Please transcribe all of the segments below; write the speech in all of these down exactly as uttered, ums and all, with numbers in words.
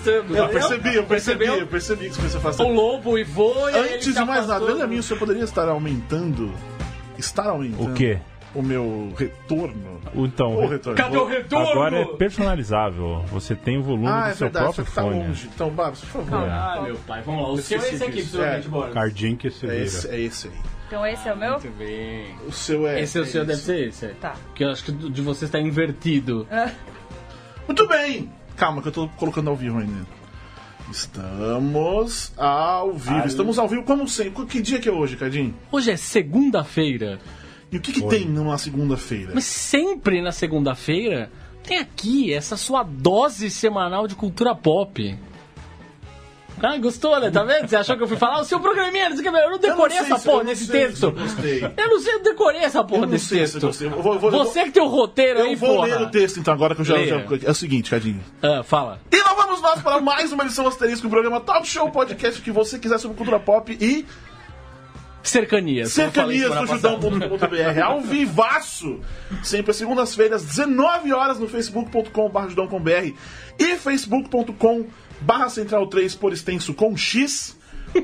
afastando. Eu percebi, eu percebi, eu percebi que você se afastando. O lobo e voa. Antes de mais nada, Benjamin, você poderia estar aumentando... Estar aumentando... O quê? O meu retorno. Então, o retorno. Cadê o retorno? Agora é personalizável. Você tem o volume ah, do é seu verdade, próprio só que tá fone. longe. Então, Babs, por favor. Ah, meu pai, vamos lá. O seu é esse aqui, possivelmente, Boris. Cardinho que se É vira. esse, é esse aí. Então esse é o meu? Muito bem. O seu é... Esse é o seu, esse. deve ser esse. Tá. Porque eu acho que o de você está invertido. Ah, Muito bem! Calma, que eu tô colocando ao vivo ainda. Estamos ao vivo. Ai. Estamos ao vivo como sempre. Que dia que é hoje, Cadinho? Hoje é segunda-feira. E o que, que tem numa segunda-feira? Mas sempre na segunda-feira tem aqui essa sua dose semanal de cultura pop. Ah, gostou, né? Tá vendo? Você achou que eu fui falar? O seu programinha, não sei o que, eu não decorei Eu não sei essa se- porra eu não desse sei se texto. eu gostei. Eu não sei, eu decorei essa porra Eu não desse sei se eu texto. gostei. Eu vou- vou- Você que tem o roteiro Eu aí, vou porra. ler o texto então agora que eu já, Leia. já... É o seguinte, Cadinho. Ah, fala. E lá vamos nós para mais uma edição asterisco, o programa Talk Show Podcast que você quiser sobre cultura pop e Cercanias. como eu falei cercanias semana do judão passada. ponto com ponto b r ao vivaço, sempre às segundas-feiras, dezenove horas no facebook ponto com barra judão ponto com b r e facebook ponto com barra central três por extenso com X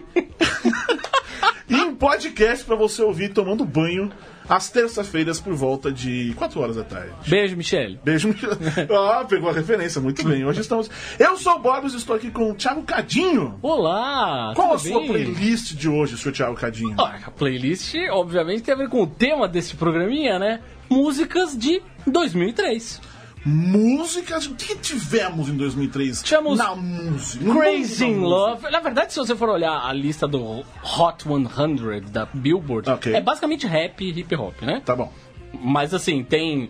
e um podcast para você ouvir tomando banho às terças-feiras por volta de quatro horas da tarde. Beijo, Michele. Beijo, Michel. Ah, pegou a referência, muito bem. Hoje estamos. Eu sou o Borbs, estou aqui com o Thiago Cadinho. Olá, Qual a tudo sua bem? playlist de hoje, senhor Thiago Cadinho? Ó, a playlist, obviamente, tem a ver com o tema desse programinha, né? Músicas de dois mil e três. Músicas. O que tivemos em dois mil e três? Tivemos na música. Crazy in No mundo da Love. Na verdade, se você for olhar a lista do Hot cem da Billboard, Ok. é basicamente rap e hip hop, né? Tá bom. Mas assim, tem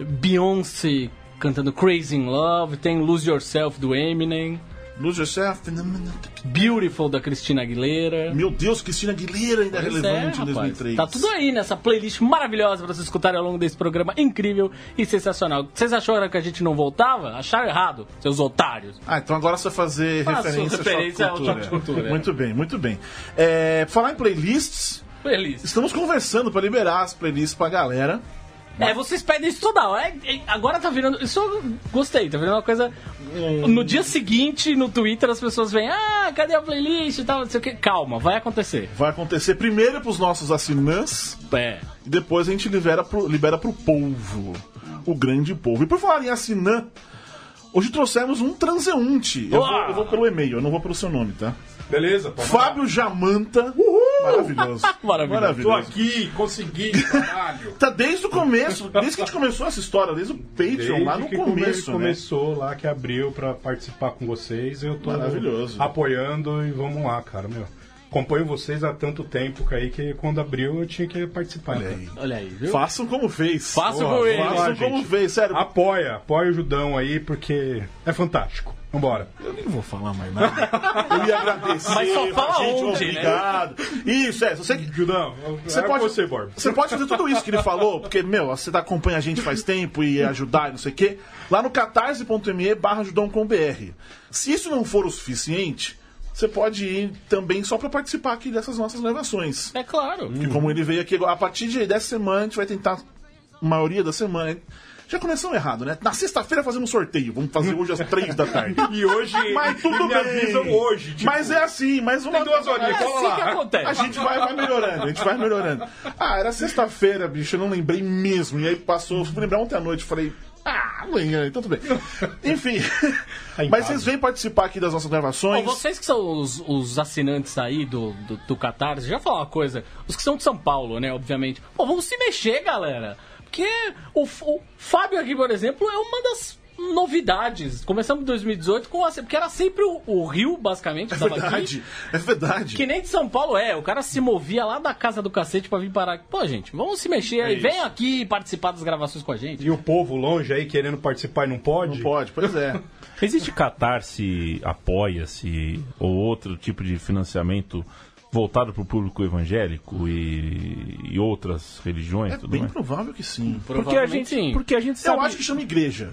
Beyoncé cantando Crazy in Love, tem Lose Yourself do Eminem, Lose Yourself. Beautiful da Christina Aguilera. Meu Deus, Cristina Aguilera ainda é Pois relevante é, em dois mil e três. Tá tudo aí nessa playlist maravilhosa pra vocês escutarem ao longo desse programa incrível e sensacional. Vocês acharam que a gente não voltava? Acharam errado, seus otários. Ah, então agora você vai fazer Faço referência, referência ao ao Choque de Choque de Cultura, é. Muito bem, muito bem. É, falar em playlists, Feliz. estamos conversando para liberar as playlists pra galera. É, vocês pedem isso toda hora. É, é, agora tá virando. Isso eu gostei, tá virando uma coisa. No dia seguinte, no Twitter, as pessoas vêm, ah, cadê a playlist e tal, não sei o que. Calma, vai acontecer. Vai acontecer primeiro pros nossos assinantes É. e depois a gente libera pro, libera pro povo. O grande povo. E por falar em assinã, hoje trouxemos um transeunte. Eu vou, eu vou pelo e-mail, eu não vou pelo seu nome, tá? Beleza, pode Fábio Jamanta. Maravilhoso. Maravilhoso. Tô aqui, consegui, caralho. Tá desde o começo, desde que a gente começou essa história, desde o Patreon, lá no que começo, come- né? começou lá, que abriu pra participar com vocês, eu tô Maravilhoso. apoiando e vamos lá, cara, meu. Acompanho vocês há tanto tempo que aí que quando abriu eu tinha que participar. Olha cara. aí. Olha aí, viu? Façam como fez. Façam Ó, como ele. Façam Lá, como gente. fez, sério. Apoia, apoia o Judão aí, porque é fantástico. Vambora. Eu nem vou falar mais nada. Eu ia agradecer. Mas só fala gente, onde, né? obrigado. Isso, é. Você, Judão, você, é pode, você, Borba. você pode fazer tudo isso que ele falou, porque, meu, você tá, acompanha a gente faz tempo e ajudar e não sei o quê, lá no catarse.me barra judão.com.br. Se isso não for o suficiente, você pode ir também só pra participar aqui dessas nossas gravações. É claro. Que como ele veio aqui, a partir de dessa semana, a gente vai tentar, a maioria da semana. Já começamos errado, né? Na sexta-feira fazemos um sorteio. Vamos fazer hoje às três da tarde. E hoje Mas tudo me bem. avisam hoje. Tipo, Mas é assim, mas uma tem duas horinhas, É cola assim lá. que acontece. a gente vai, vai melhorando, a gente vai melhorando. Ah, era sexta-feira, bicho, eu não lembrei mesmo. E aí passou, fui lembrar ontem à noite, falei, ah, amanhã, então tudo bem. Enfim, Tá em mas casa. vocês vêm participar aqui das nossas Bom, gravações. vocês que são os, os assinantes aí do, do, do Catarse, já falar uma coisa. Os que são de São Paulo, né, obviamente. Pô, vamos se mexer, galera. Porque o, o Fábio aqui, por exemplo, é uma das novidades. Começamos em dois mil e dezoito com a, porque era sempre o, o Rio, basicamente, É que tava verdade, aqui. é verdade. Que nem de São Paulo é, o cara se movia lá da casa do cacete pra vir parar. Pô, gente, vamos se mexer aí. isso. Vem aqui participar das gravações com a gente. E o povo longe aí querendo participar e não pode? Não pode, pois é. Existe Catarse, Apoia-se ou outro tipo de financiamento voltado para o público evangélico e, e outras religiões? É tudo bem mais? provável que sim. Porque a Provavelmente gente, sim. porque a gente sabe. Eu acho que chama igreja.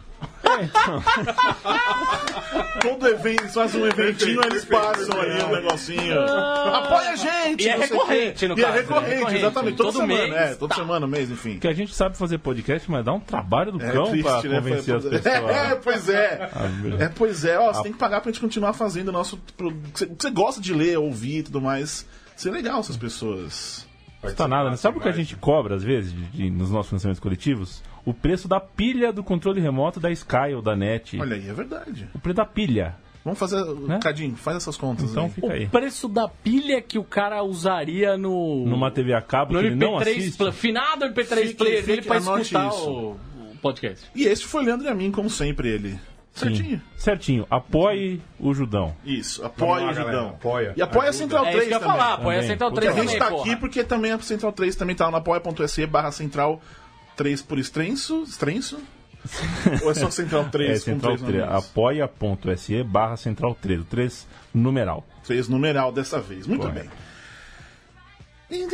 Todo evento, faz um eventinho, eles passam ali um negocinho. Apoia a gente! E é não sei o recorrente, quê. no E é caso, recorrente, é recorrente. exatamente. Toda Todo semana, mês, é. Toda tá. semana, mês, enfim. Porque a gente sabe fazer podcast, mas dá um trabalho do É cão triste, pra né? convencer as pessoas. É, pois é. Ah, meu. É, pois é. Ó, você tem que pagar pra gente continuar fazendo o nosso... pro- Você você gosta de ler, ouvir e tudo mais. Isso é legal, essas pessoas. Não tá nada, né? Sabe o que a gente cobra, às vezes, de- de- nos nossos financiamentos coletivos? O preço da pilha do controle remoto da Sky ou da NET. Olha aí, é verdade. O preço da pilha. Vamos fazer... Né? Cadinho, faz essas contas Então aí. fica aí. O preço da pilha que o cara usaria no... Numa T V a cabo no que ele não M P três assiste. Play, finado M P três Fique- player fique, dele pra anote escutar isso. o, o podcast. E este foi Leandro e a mim, como sempre, ele. Sim. Certinho. Certinho. Apoie o Judão. Isso, apoia Vamos lá, o Judão. galera, apoia. E apoia a Ajuda. Central É três isso que eu ia também. falar, apoia a Também. Central Porque três a gente também, tá porra. aqui porque também a Central três também tá no apoia.se barra Central três por estrenço. Estrenço? Ou é só Central três É Central três. Apoia.se barra Central três. O três numeral. três numeral dessa vez. Muito Correto. bem.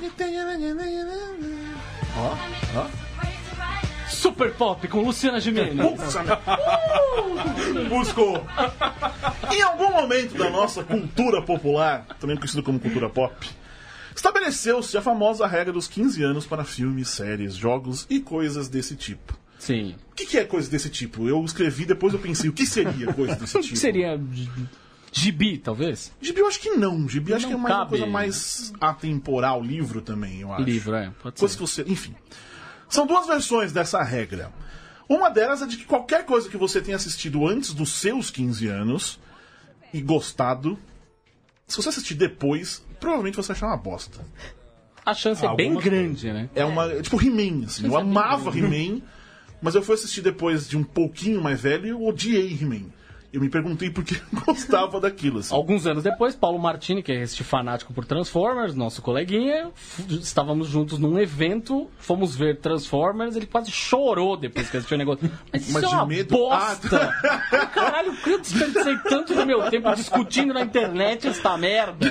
Ó, ó. Super Pop com Luciana Gimenez. Putz, uh, buscou. Em algum momento da nossa cultura popular, também conhecido como cultura pop, estabeleceu-se a famosa regra dos quinze anos para filmes, séries, jogos e coisas desse tipo. Sim. O que, que é coisa desse tipo? Eu escrevi, depois eu pensei, o que seria coisa desse O tipo? que seria gibi, talvez? Gibi eu acho que não. Gibi eu acho Não que é mais uma cabe. coisa mais atemporal. Livro também, eu acho. Livro, é. Pode Coisa ser. que você... Enfim. São duas versões dessa regra. Uma delas é de que qualquer coisa que você tenha assistido antes dos seus quinze anos e gostado, se você assistir depois, provavelmente você vai achar uma bosta. A chance é bem Algumas grande, né? É uma... É tipo He-Man, assim. Eu amava He-Man, mas eu fui assistir depois de um pouquinho mais velho e eu odiei He-Man. Eu me perguntei por que eu gostava daquilo, assim. Alguns anos depois, Paulo Martini, que é este fanático por Transformers, nosso coleguinha, f- estávamos juntos num evento, fomos ver Transformers, ele quase chorou depois que assistiu o negócio. Mas isso Mas é de uma medo? bosta! Ai, caralho, por que eu desperdicei tanto do meu tempo discutindo na internet esta merda?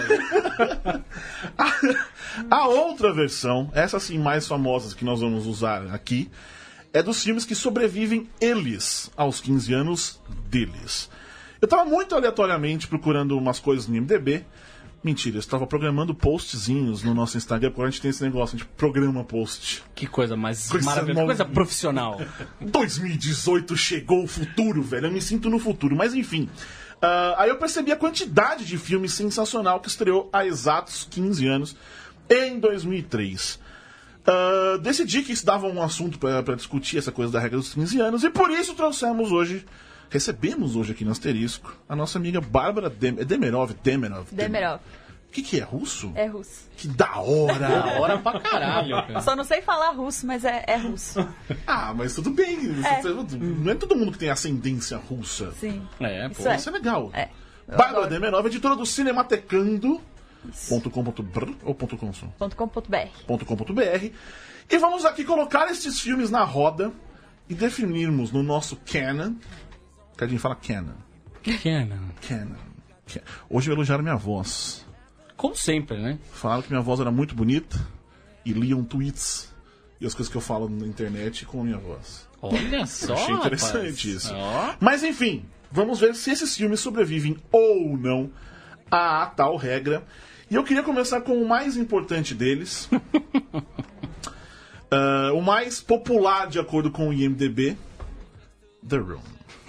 A outra versão, essa sim mais famosas que nós vamos usar aqui, é dos filmes que sobrevivem eles aos quinze anos deles. Eu tava muito aleatoriamente procurando umas coisas no I M D B. Mentira, eu estava programando postzinhos no nosso Instagram, porque a gente tem esse negócio, a gente programa post. Que coisa mais Coisa maravilhosa, mal- coisa profissional. dois mil e dezoito chegou o futuro, velho. Eu me sinto no futuro. Mas enfim. Ah, aí eu percebi a quantidade de filme sensacional que estreou há exatos quinze anos, em dois mil e três. Ah, decidi que isso dava um assunto para discutir essa coisa da regra dos quinze anos, e por isso trouxemos hoje, recebemos hoje aqui no Asterisco, a nossa amiga Bárbara Dem- é Demerov. Demerov. Demerov. O que, que é? Russo? É russo. Que da hora! Da hora pra caralho, cara. Só não sei falar russo, mas é, é russo. Ah, mas tudo bem. É. Não é todo mundo que tem ascendência russa. Sim. É, pô. Isso é. Isso é legal. É. Eu Bárbara adoro. Demerov, editora do Cinematecando ponto com ponto br ou ponto .com só? ponto com ponto br. ponto com ponto br. E vamos aqui colocar estes filmes na roda e definirmos no nosso canon. Que a gente fala canon. Canon. Canon. Ca- Hoje elogiaram minha voz. Como sempre, né? Falaram que minha voz era muito bonita e liam tweets e as coisas que eu falo na internet com a minha voz. Olha só, Achei interessante rapaz. isso. Ó. Mas enfim, vamos ver se esses filmes sobrevivem ou não à tal regra. E eu queria começar com o mais importante deles. Ah, o mais popular, de acordo com o I M D B, The Room.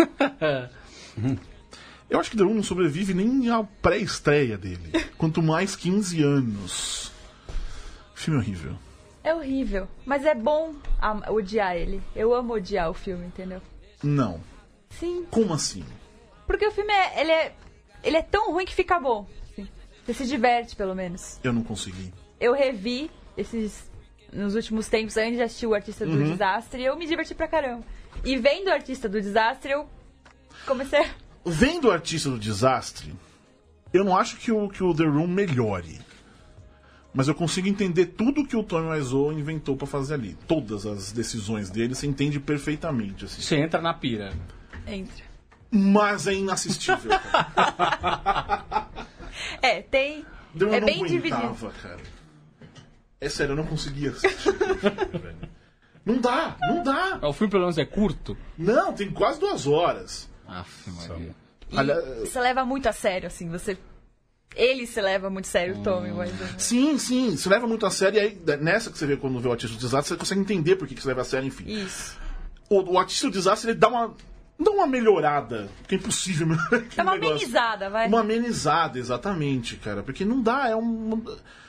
Eu acho que The Room não sobrevive nem à pré-estreia dele. Quanto mais quinze anos. Filme horrível. É horrível, mas é bom am- odiar ele. Eu amo odiar o filme, entendeu? Não. Sim, Como assim? porque o filme é, ele é, ele é tão ruim que fica bom. Assim. Você se diverte, pelo menos. Eu não consegui. Eu revi esses nos últimos tempos, antes de assistir o Artista do Desastre, e eu me diverti pra caramba. E vendo o Artista do Desastre, eu comecei a... Vendo o Artista do Desastre, eu não acho que o, que o The Room melhore. Mas eu consigo entender tudo que o Tommy Wiseau inventou pra fazer ali. Todas as decisões dele, você entende perfeitamente. Assim. Você entra na pira. Entra. Mas é inassistível. Cara. É, tem... The Room É não bem dividido. aguentava, cara. É sério, eu não conseguia assistir. velho. Não dá, não dá. O filme, pelo menos, é curto? Não, tem quase duas horas. Aff, Maria. E Olha- você leva muito a sério, assim, você... Ele se leva muito a sério, o Tommy, mas... Sim, sim, se leva muito a sério. E aí, nessa que você vê quando vê o Artista do Desastre, você consegue entender por que que se leva a sério, enfim. Isso. O, o Artista do Desastre, ele dá uma... Dá uma melhorada, porque é impossível melhorar aquele É uma negócio. amenizada, vai. Uma amenizada, exatamente, cara. Porque não dá, é um...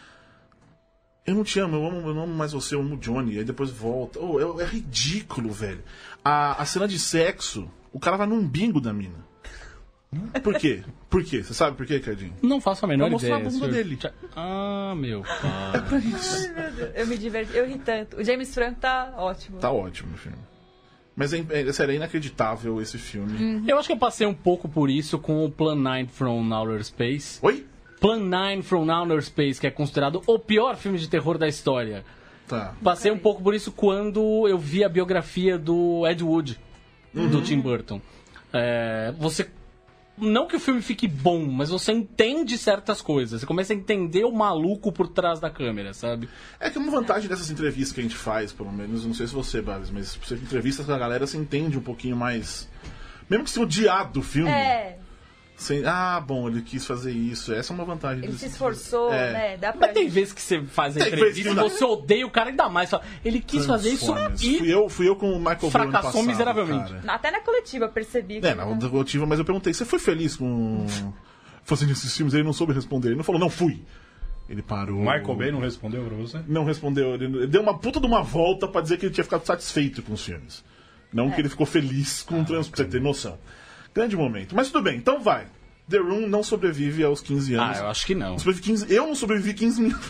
Eu não te amo, eu amo, eu não amo mais você, eu amo o Johnny. Aí depois volta. Oh, é, é ridículo, velho. A, a cena de sexo, o cara vai no umbigo da mina. Por quê? Por quê? Você sabe por quê, Cardinho? Não faço a menor Pra mostrar ideia. a bunda senhor. dele. Ah, meu pai. É pra isso. Eu me diverti, eu ri tanto. O James Franco tá ótimo. Tá ótimo o filme. Mas é, é, sério, é inacreditável esse filme. Eu acho que eu passei um pouco por isso com o Plan nove from Outer Space. Oi? Plan nove from Outer Space, que é considerado o pior filme de terror da história. Tá. Passei um pouco por isso quando eu vi a biografia do Ed Wood, do Tim Burton. É, você... Não que o filme fique bom, mas você entende certas coisas. Você começa a entender o maluco por trás da câmera, sabe? É que uma vantagem dessas entrevistas que a gente faz, pelo menos, eu não sei se você, Babs, mas se você entrevista com a galera, você entende um pouquinho mais. Mesmo que você tenha odiado o filme. É, Você... Ah, bom, ele quis fazer isso. Essa é uma vantagem. ele desse- se esforçou, É. né? Dá pra Mas tem gente- vezes que você faz a Tem vezes entrevista que e não dá. você odeia o cara ainda mais. Fala, ele quis fazer isso Transformers. e... Fui eu, fui eu com o Michael Bay ano fracassou passado, miseravelmente. cara. Até na coletiva eu percebi. que- É, na coletiva, mas eu perguntei, você foi feliz com fazendo esses filmes? Ele não soube responder. Ele não falou, não fui. Ele parou. Michael Bay não respondeu pra você? Não respondeu. Ele deu uma puta de uma volta pra dizer que ele tinha ficado satisfeito com os filmes. Não que ele ficou feliz com o trans... Pra você ter noção. Grande momento. Mas tudo bem, então vai. The Room não sobrevive aos quinze Ah, anos. eu acho que não. Sobrevive quinze... Eu não sobrevivi quinze minutos.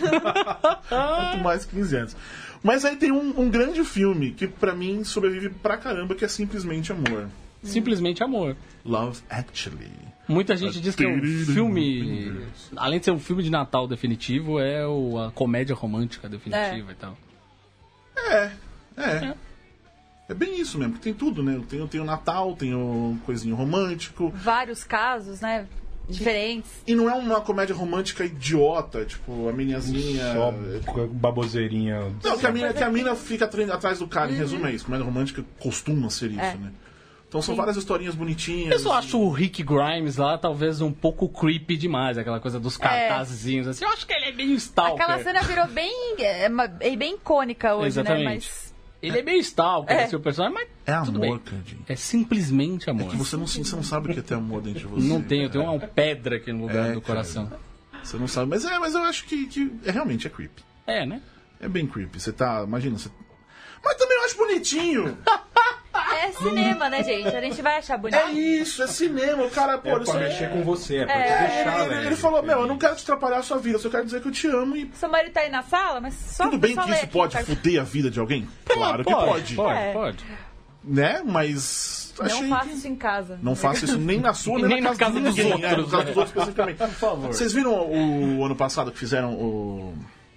Quanto mais quinze anos. Mas aí tem um, um grande filme que pra mim sobrevive pra caramba, que é Simplesmente Amor. Simplesmente amor. Love Actually. Muita gente diz que é um filme... Além de ser um filme de Natal definitivo, é o- a comédia romântica definitiva e tal. É, é. É bem isso mesmo, que tem tudo, né? Tem, tem o Natal, tem o coisinho romântico. Vários casos, né? Diferentes. E não é uma comédia romântica idiota, tipo, a meniazinha. Só com a baboseirinha. Não, que a mina, que a mina fica tre- atrás do cara, em resumo é isso. Comédia romântica costuma ser isso, É. né? Então são várias historinhas bonitinhas. Eu só acho o Rick Grimes lá talvez um pouco creepy demais, aquela coisa dos cartazinhos assim. Eu acho que ele é meio stalker. Aquela cena virou bem, é, uma- é bem icônica hoje, Exatamente. né? Mas Ele é meio stalker, É. esse o personagem, mas É tudo amor, bem. Candinho. É simplesmente amor. Que você não, você não sabe o que é ter amor dentro de você. Não tem, eu tenho cara. uma pedra aqui no lugar É, do coração. Você não sabe. Mas é, mas eu acho que, que é realmente é creepy. É, né? É bem creepy. Você tá. Imagina, você. Mas também eu acho bonitinho! é cinema, né, gente? A gente vai achar bonito. É isso, é cinema. O cara, pô, É isso pra é- mexer com você, é pra É, te deixar Ele, ele, leve. ele falou, meu, eu não quero te atrapalhar a sua vida, eu só quero dizer que eu te amo e Seu marido tá aí na sala, mas só tudo bem só que ler isso aqui, pode tá? fuder a vida de alguém? Claro que pode. Pode, É. pode. Né? Mas Não achei faça que... isso em casa. Não faça isso nem na sua, nem, Nem na na casa, casa de dos ninguém, outros, é, na casa né? dos outros especificamente. Por favor. Vocês viram o, o ano passado que fizeram o...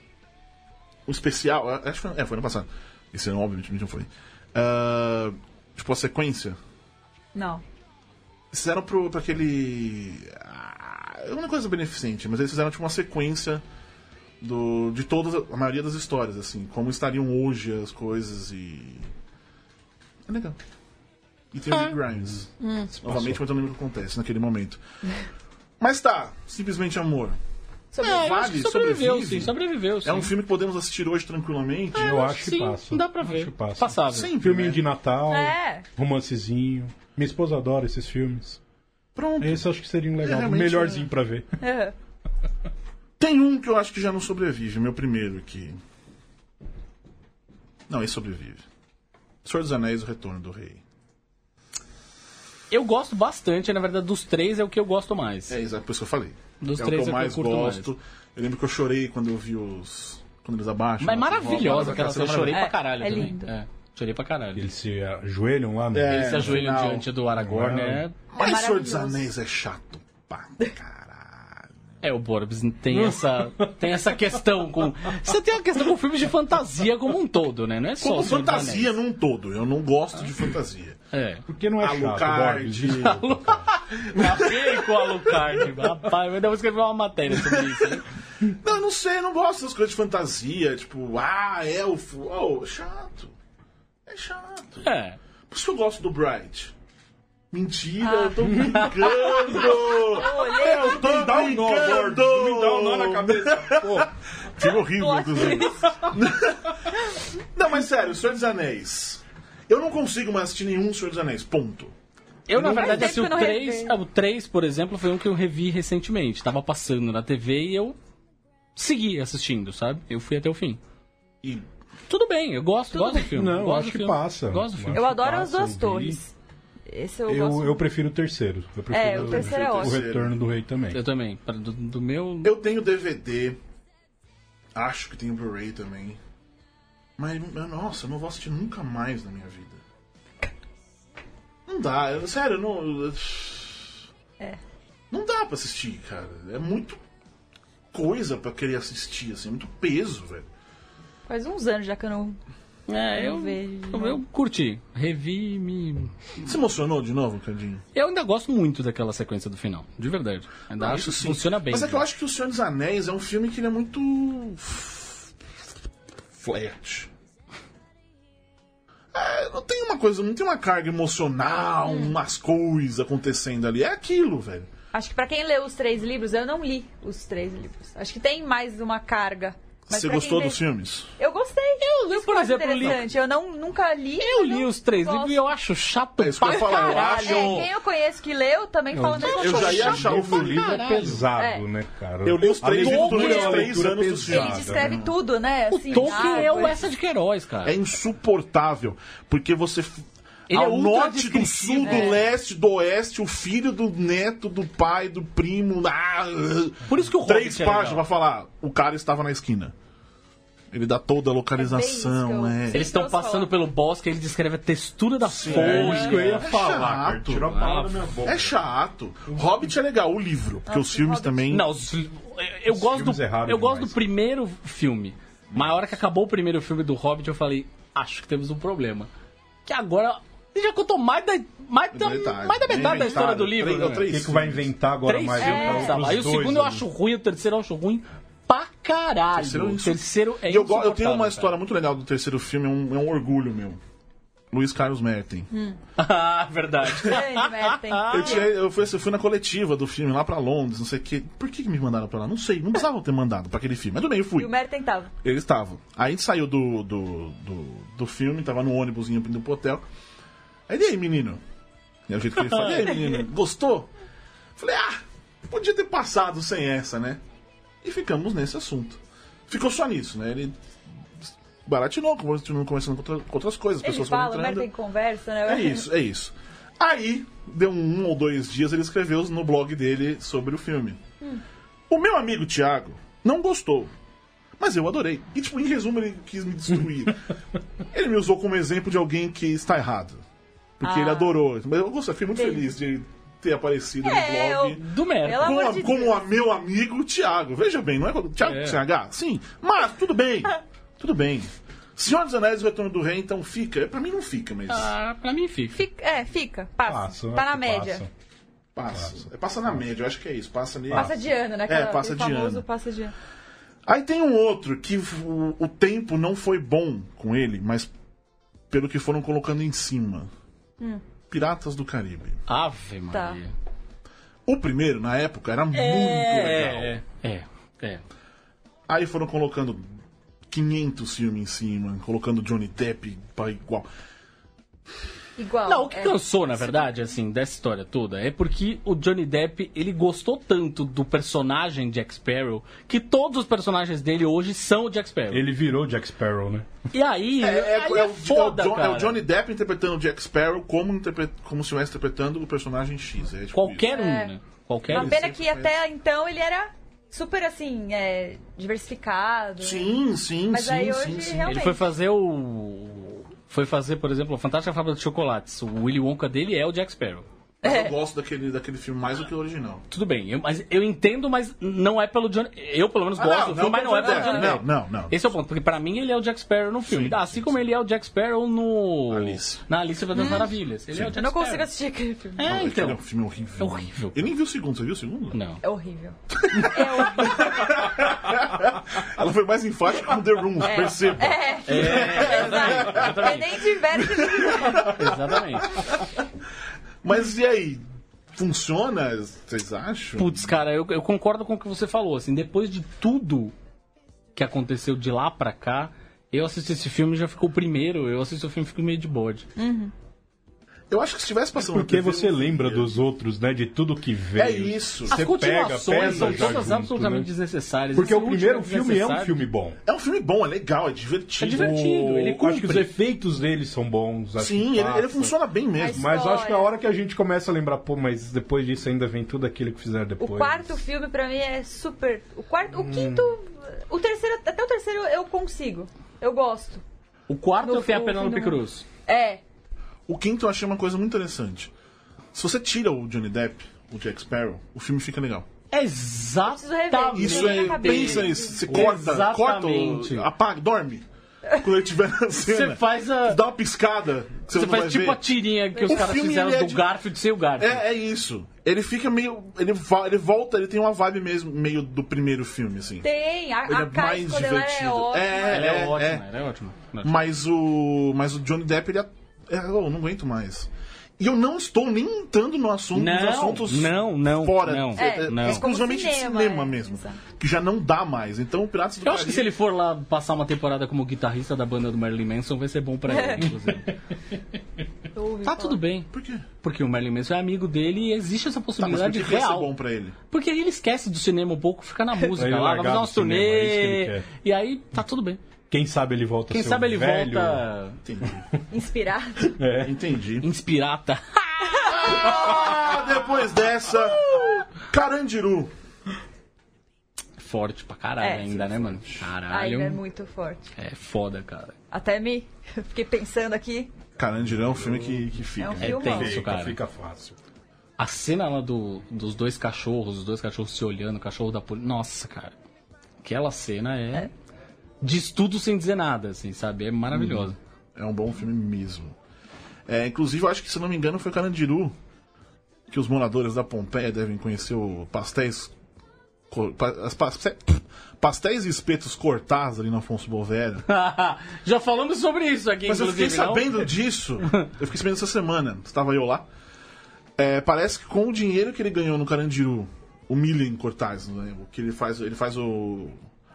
O especial? Acho que foi, é, foi ano passado. Esse ano, obviamente, não foi. Ah, tipo, a sequência. Não. Fizeram pro, pra aquele... Ah, é uma coisa beneficente, mas eles fizeram tipo uma sequência do, de todas, a maioria das histórias, assim, como estariam hoje as coisas e... É legal. E tem o Rick Grimes. Novamente, mas eu não lembro o que acontece naquele momento. Mas tá, Simplesmente Amor. Sobre... É, eu acho que Vale, sobreviveu, sobrevive. sim, sobreviveu, sim. É um filme que podemos assistir hoje tranquilamente. Eu acho que sim, passa. dá pra Acho ver. que passa. Passável. Sempre, Filminho né? de Natal, É. romancezinho. Minha esposa adora esses filmes. Pronto. Esse eu acho que seria um legal, É, realmente, melhorzinho pra ver. Aham. Tem um que eu acho que já não sobrevive, meu primeiro aqui. Não, esse sobrevive. Senhor dos Anéis, O Retorno do Rei. Eu gosto bastante, na verdade, dos três é o que eu gosto mais. É, exato, por isso que eu falei. Dos é três o que eu é mais que eu curto gosto. Eu lembro que eu chorei quando eu vi os... Quando eles abaixam. Mas é né? maravilhosa aquela cena. cena, eu chorei É, pra caralho é também. lindo. É, chorei pra caralho. Eles se ajoelham lá no... É. Eles se ajoelham no final. diante do Aragorn, É. né? Mas Senhor dos maravilhoso. Anéis é chato pra caralho. É, o Borbs tem essa, tem essa questão com... Você tem uma questão com filmes de fantasia como um todo, né? Não é só Como o Senhor dos fantasia Anéis. num todo. Eu não gosto de fantasia. É. Porque não é Alucard. chato, Borbs. Café com Alucard. Rapaz, eu ainda vou escrever uma matéria sobre isso, né? Não, eu não sei, eu não gosto dessas coisas de fantasia. Tipo, ah, elfo. Oh, chato. É chato. É. Por isso que eu gosto do Bright. Mentira, Ah. eu tô brincando! eu tô Me dá um nó, gordo. brincando! Me dá um nó na cabeça. Pô. Fica horrível, inclusive. Não, mas sério, Senhor dos Anéis. Eu não consigo mais assistir nenhum Senhor dos Anéis, ponto. Eu, na Não- verdade, Faz assim, o tempo que eu não três, revejo. o três, por exemplo, foi um que eu revi recentemente. Tava passando na T V e eu segui assistindo, sabe? Eu fui até o fim. E Tudo bem, eu gosto, gosto do filme. Não, eu gosto acho do que filme. passa. Gosto do filme. Eu Acho adoro que as passa, duas eu vi. torres. Esse eu, gosto. Eu, eu prefiro o terceiro. Eu prefiro É, o terceiro é o ótimo. Retorno do Rei também. Eu também. Pra- Do, do meu... eu tenho D V D. Acho que tenho Blu-ray também. Mas, nossa, eu não vou assistir nunca mais na minha vida. Não dá, eu- sério, não. É. Não dá pra assistir, cara. É muito coisa pra querer assistir, assim, é muito peso, velho. Faz uns anos já que eu não... É, eu, Eu vejo. eu, eu curti. Revi, me... Você emocionou de novo, Candinho? Eu ainda gosto muito daquela sequência do final. De verdade. Ainda acho que sim. funciona bem. Mas é que eu acho que O Senhor dos Anéis é um filme que ele é muito. flat. É, não tem uma coisa, não tem uma carga emocional, Hum. umas coisas acontecendo ali. É aquilo, velho. Acho que pra quem leu os três livros, eu não li os três livros. Acho que tem mais uma carga. Mas Você pra gostou quem dos vê- filmes? Eu gostei. Eu, eu, Isso por que eu exemplo, acho li, interessante. Eu não, nunca li. eu mas li eu os três gosto. livros e eu acho chato É isso que eu pra ia falar, eu caralho. acho- É, quem eu conheço que leu também fala a mesma eu coisa. já ia achar o livro, o livro é caralho. pesado, É. né, cara? Eu li os A três leitura livros durante é uma três leitura anos dos pesada, filmes. Ele descreve né? tudo, né? O Assim, Tolkien é o água. Essa de Queiroz, cara. É insuportável. Porque você. f- Ele é ao ultra norte, do sul, descritivo. do É. leste, do oeste, o filho do neto, do pai, do primo. Ah, Por isso que o três Hobbit é páginas legal. pra falar. O cara estava na esquina. Ele dá toda a É localização, bem isso que eu- é. Eles estão Então, passando só- pelo bosque, ele descreve a textura da É folha. isso que eu ia É falar, cara. chato. Tirou a palavra da minha boca. É chato. Hobbit é legal, o livro. Porque os Nossa, filmes Hobbit- também. Não, os- eu gosto filmes do erraram eu gosto demais. do primeiro filme. Mas a hora que acabou o primeiro filme do Hobbit, eu falei, acho que temos um problema. Que agora ele já contou mais da mais da, Metade. mais da Bem metade da história do inventado. livro. Três- né? O três que, que vai inventar agora Três mais? filmes, um, tá lá. os Aí o dois segundo eu ali. acho ruim, o terceiro eu acho ruim pra caralho. Terceiro é O insu- terceiro é E eu, go- eu tenho insuportável, uma história cara. muito legal do terceiro filme, é um, é um orgulho meu. Luiz Carlos Merten. Ah, verdade. Grande, Merten. Eu, tinha, eu, fui, eu fui na coletiva do filme lá pra Londres, não sei o quê. Por que, que me mandaram pra lá? Não sei, não precisavam ter mandado pra aquele filme. Mas tudo bem, eu fui. E o Merten tava. Eles estavam. Aí a gente saiu do, do, do, do filme, tava no ônibus indo pro hotel. Aí, e aí, menino? E é o jeito que ele fala, e aí, menino, gostou? Falei, ah, podia ter passado sem essa, né? E ficamos nesse assunto. Ficou só nisso, né? Ele baratinou, continuou conversando com, outra- com outras coisas, as Ele pessoas foram fala, o entrando. Merten conversa, né? É isso, é isso. Aí, deu um ou dois dias, ele escreveu no blog dele sobre o filme. O meu amigo Thiago não gostou, mas eu adorei. E, tipo, em resumo, ele quis me destruir. Ele me usou como exemplo de alguém que está errado. Porque Ah. ele adorou. Mas eu gostei, fiquei muito Entendi. feliz de ter aparecido É, no blog. eu- Do merda. Pelo Com amor a- de como Deus. a meu amigo Thiago. Veja bem, não é Thiago É. com C H? Sim, mas tudo bem. Tudo bem. Senhor dos Anéis e o Retorno do Rei, então fica. Pra mim não fica, mas Ah, pra mim fica. Fica, é, fica. Passa. Passa, tá acho na que média. passa. passa. É, passa na média, eu acho que é isso. Passa ali. Passa de ano, né? É, Aquela- passa aquele de famoso ano. passa de ano. Aí tem um outro que o, o tempo não foi bom com ele, mas pelo que foram colocando em cima. Piratas do Caribe. Ave Tá. Maria. O primeiro, na época, era muito legal. É, é, é. Aí foram colocando quinhentos filmes em cima, colocando Johnny Depp pra igual. Igual. Não, o que é. cansou, na verdade, assim, dessa história toda, é porque o Johnny Depp, ele gostou tanto do personagem Jack Sparrow, que todos os personagens dele hoje são o Jack Sparrow. Ele virou Jack Sparrow, né? E aí, É, é- aí é é o, foda, é o John- cara. é o Johnny Depp interpretando o Jack Sparrow como, interpre- como se estivesse interpretando o personagem X. É, tipo Qualquer um, É. né? Qualquer Uma um. pena sempre que fez. até então ele era super, assim, é, diversificado. isso. Sim, sim, Mas sim, aí sim, hoje, sim. realmente- Ele foi fazer o... Foi fazer, por exemplo, a Fantástica Fábrica de Chocolates. O Willy Wonka dele é o Jack Sparrow. Mas É. eu gosto daquele, daquele filme mais do que o original. Tudo bem, eu, mas eu entendo, mas não é pelo Johnny... Eu, pelo menos, Ah, gosto não, do não filme, mas não é pelo é, Johnny não, Depp. não, não. Esse é o ponto, porque pra mim ele é o Jack Sparrow no filme. Sim, assim sim, como sim. ele é o Jack Sparrow no... Alice. Na Alice das Maravilhas. Ele é o Jack Eu não consigo Sparrow. assistir aquele filme. É, Aquele então. é um filme horrível. É horrível. Eu nem vi o segundo, você viu o segundo? Não. É horrível. É horrível. Ela foi mais enfática com The Room, perceba. É. É, Exato. É exatamente. nem diverte. Exatamente. Mas e aí? Funciona? Vocês acham? Putz, cara, eu, eu concordo com o que você falou. Assim, depois de tudo que aconteceu de lá pra cá, eu assisti esse filme e já ficou o primeiro. Eu assisti o filme e fico meio de bode. Eu acho que se tivesse passando Porque na T V, você eu não lembra via. dos outros, né? De tudo que veio. É isso. As Você continuações pega, pesa são já todas junto, absolutamente né? desnecessárias. Porque Esse o primeiro último filme é um desnecessário. filme bom. É um filme bom, é legal, é divertido. É divertido. O- ele acho que os cumpre. efeitos dele são bons. acho Sim, que ele, ele passa. funciona bem mesmo. Mas- Mas acho que a Olha. hora que a gente começa a lembrar, pô, mas depois disso ainda vem tudo aquilo que fizeram O depois. quarto filme pra mim é super. O quarto, o quinto, o terceiro, até o terceiro eu consigo. Eu gosto. O quarto No tem a fim, Penélope no- Cruz. É. O quinto eu achei uma coisa muito interessante. Se você tira o Johnny Depp, o Jack Sparrow, o filme fica legal. Exatamente. Isso é. minha cabeça. Pensa nisso. Você corta, Exatamente. corta, apaga, dorme. Quando ele estiver na cena. Você faz a... Dá uma piscada. que Você, Você não faz vai tipo ver. a tirinha que os O caras filme, fizeram ele é do de- Garfield sem o Garfield. É, é isso. Ele fica meio. Ele, va- ele volta, ele tem uma vibe mesmo, meio do primeiro filme, assim. Tem. A, Ele a é Kai mais quando ela é divertido. ótima. É, Ela é, é, ótima, é. ela é ótima. Mas o. Mas o Johnny Depp, ele é. é eu não aguento mais. E eu não estou nem entrando no assunto, nos Não, assuntos não, não, fora. não, é, é, não. exclusivamente Como de cinema, cinema é, mesmo. exato. Que já não dá mais. Então o Piratas do Eu acho que se Caribe. ele for lá passar uma temporada como guitarrista da banda do Marilyn Manson, vai ser bom pra ele, inclusive. Eu ouvi Tá falar. tudo bem. Por quê? Porque o Marilyn Manson é amigo dele e existe essa Tá, mas por possibilidade que que ia ser real. bom pra ele? Porque aí ele esquece do cinema um pouco, fica na música Ele lá, vai largar fazer do umas cinema, é isso que ele turnê. quer. E aí tá tudo bem. Quem sabe ele volta Quem a ser sabe um ele velho... volta Entendi. Inspirado. É. Entendi. inspirata. Ah, depois dessa. Carandiru. Forte pra caralho É, ainda, sim, né, mano? Caralho. Ainda é muito forte. É foda, cara. Até me fiquei pensando aqui. Carandiru é um filme que, que fica. É um É filmão. tenso, Fica, cara. fica fácil. A cena lá do, dos dois cachorros, os dois cachorros se olhando, o cachorro da polícia. Nossa, cara. Aquela cena é. Diz tudo sem dizer nada, assim, sabe? É maravilhosa. É um bom filme mesmo. É, inclusive, eu acho que, se não me engano, foi Carandiru que os moradores da Pompeia devem conhecer o pastéis. co- pa- As pastéis, pastéis e espetos cortados ali no Afonso Bovera. Já falamos sobre isso aqui, Mas eu fiquei inclusive, não? sabendo disso. Eu fiquei sabendo essa semana. Estava eu lá. É, parece que com o dinheiro que ele ganhou no Carandiru, o Millen Cortaz, né, o que ele faz, ele faz o.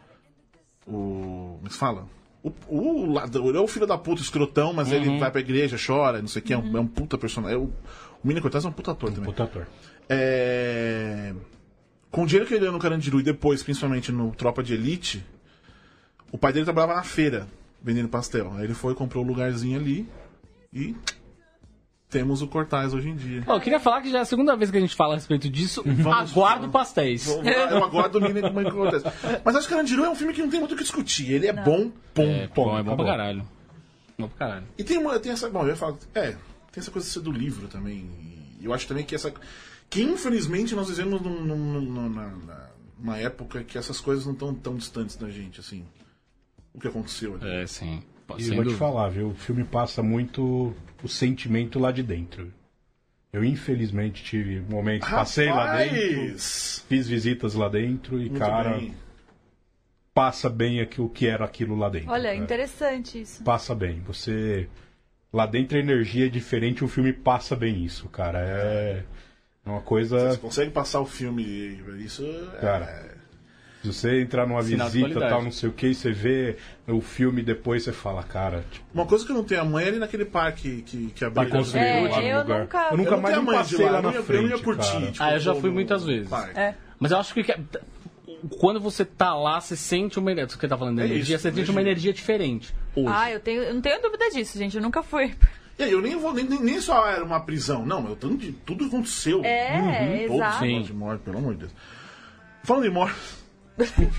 O. Como se fala? O, o, ladrão, ele é o filho da puta escrotão, mas ele vai pra igreja, chora, não sei o que, é, um, é um puta personagem. É o, o Millen Cortaz é um puta ator também. Puta ator. É, com o dinheiro que ele ganhou no Carandiru e depois, principalmente no Tropa de Elite, o pai dele trabalhava na feira, vendendo pastel. Aí ele foi, comprou um lugarzinho ali e temos o Cortaz hoje em dia. Ó, eu queria falar que já é a segunda vez que a gente fala a respeito disso. Vamos- Aguardo pastéis. Eu aguardo o Millen como Cortaz. Mas acho que Carandiru é um filme que não tem muito o que discutir. Ele é bom, bom, É, bom. bom, é bom acabou. pra caralho. Bom pra caralho. E tem, uma- tem essa. Bom, eu ia falar. É, tem essa coisa de ser do livro também. E eu acho também que essa. Que infelizmente nós vivemos num, num, num, na, na- numa época que essas coisas não estão tão distantes da gente, assim. O que aconteceu ali. É, sim. Pô, E sem vou te dúvida. falar, viu? O filme passa muito o sentimento lá de dentro. Eu, infelizmente, tive momentos... Passei lá dentro, Rapaz! fiz visitas lá dentro e, Muito cara, bem. passa bem aqui, o que era aquilo lá dentro. Olha, cara. interessante isso. Passa bem. Você... Lá dentro a energia é diferente, o filme passa bem isso, cara. É é uma coisa... Você consegue passar o filme. Isso é. Cara, se você entrar numa Sinal de visita, qualidade. tal, não sei o que, e você vê o filme depois, você fala, cara... Tipo, Uma coisa que eu não tenho a mãe é ali naquele parque que, que abriu. Parque Construído É, lá no eu lugar. nunca- Eu eu nunca Eu não mais tenho nem a mãe de passei lá, lá eu não na ia- frente, eu não ia curtir. cara. tipo, Ah, eu já no- fui no muitas vezes. parque. É. Mas eu acho que quando você tá lá, você sente uma energia. Você tá falando de É energia, isso, você sente uma energia. energia diferente. Hoje. Ah, eu, tenho, eu não tenho dúvida disso, gente. Eu nunca fui. E aí, eu nem vou, nem, nem- nem só era uma prisão, não, eu tanto de, tudo aconteceu. É, Todos exato. os de morte, pelo amor de Deus. Falando em morte.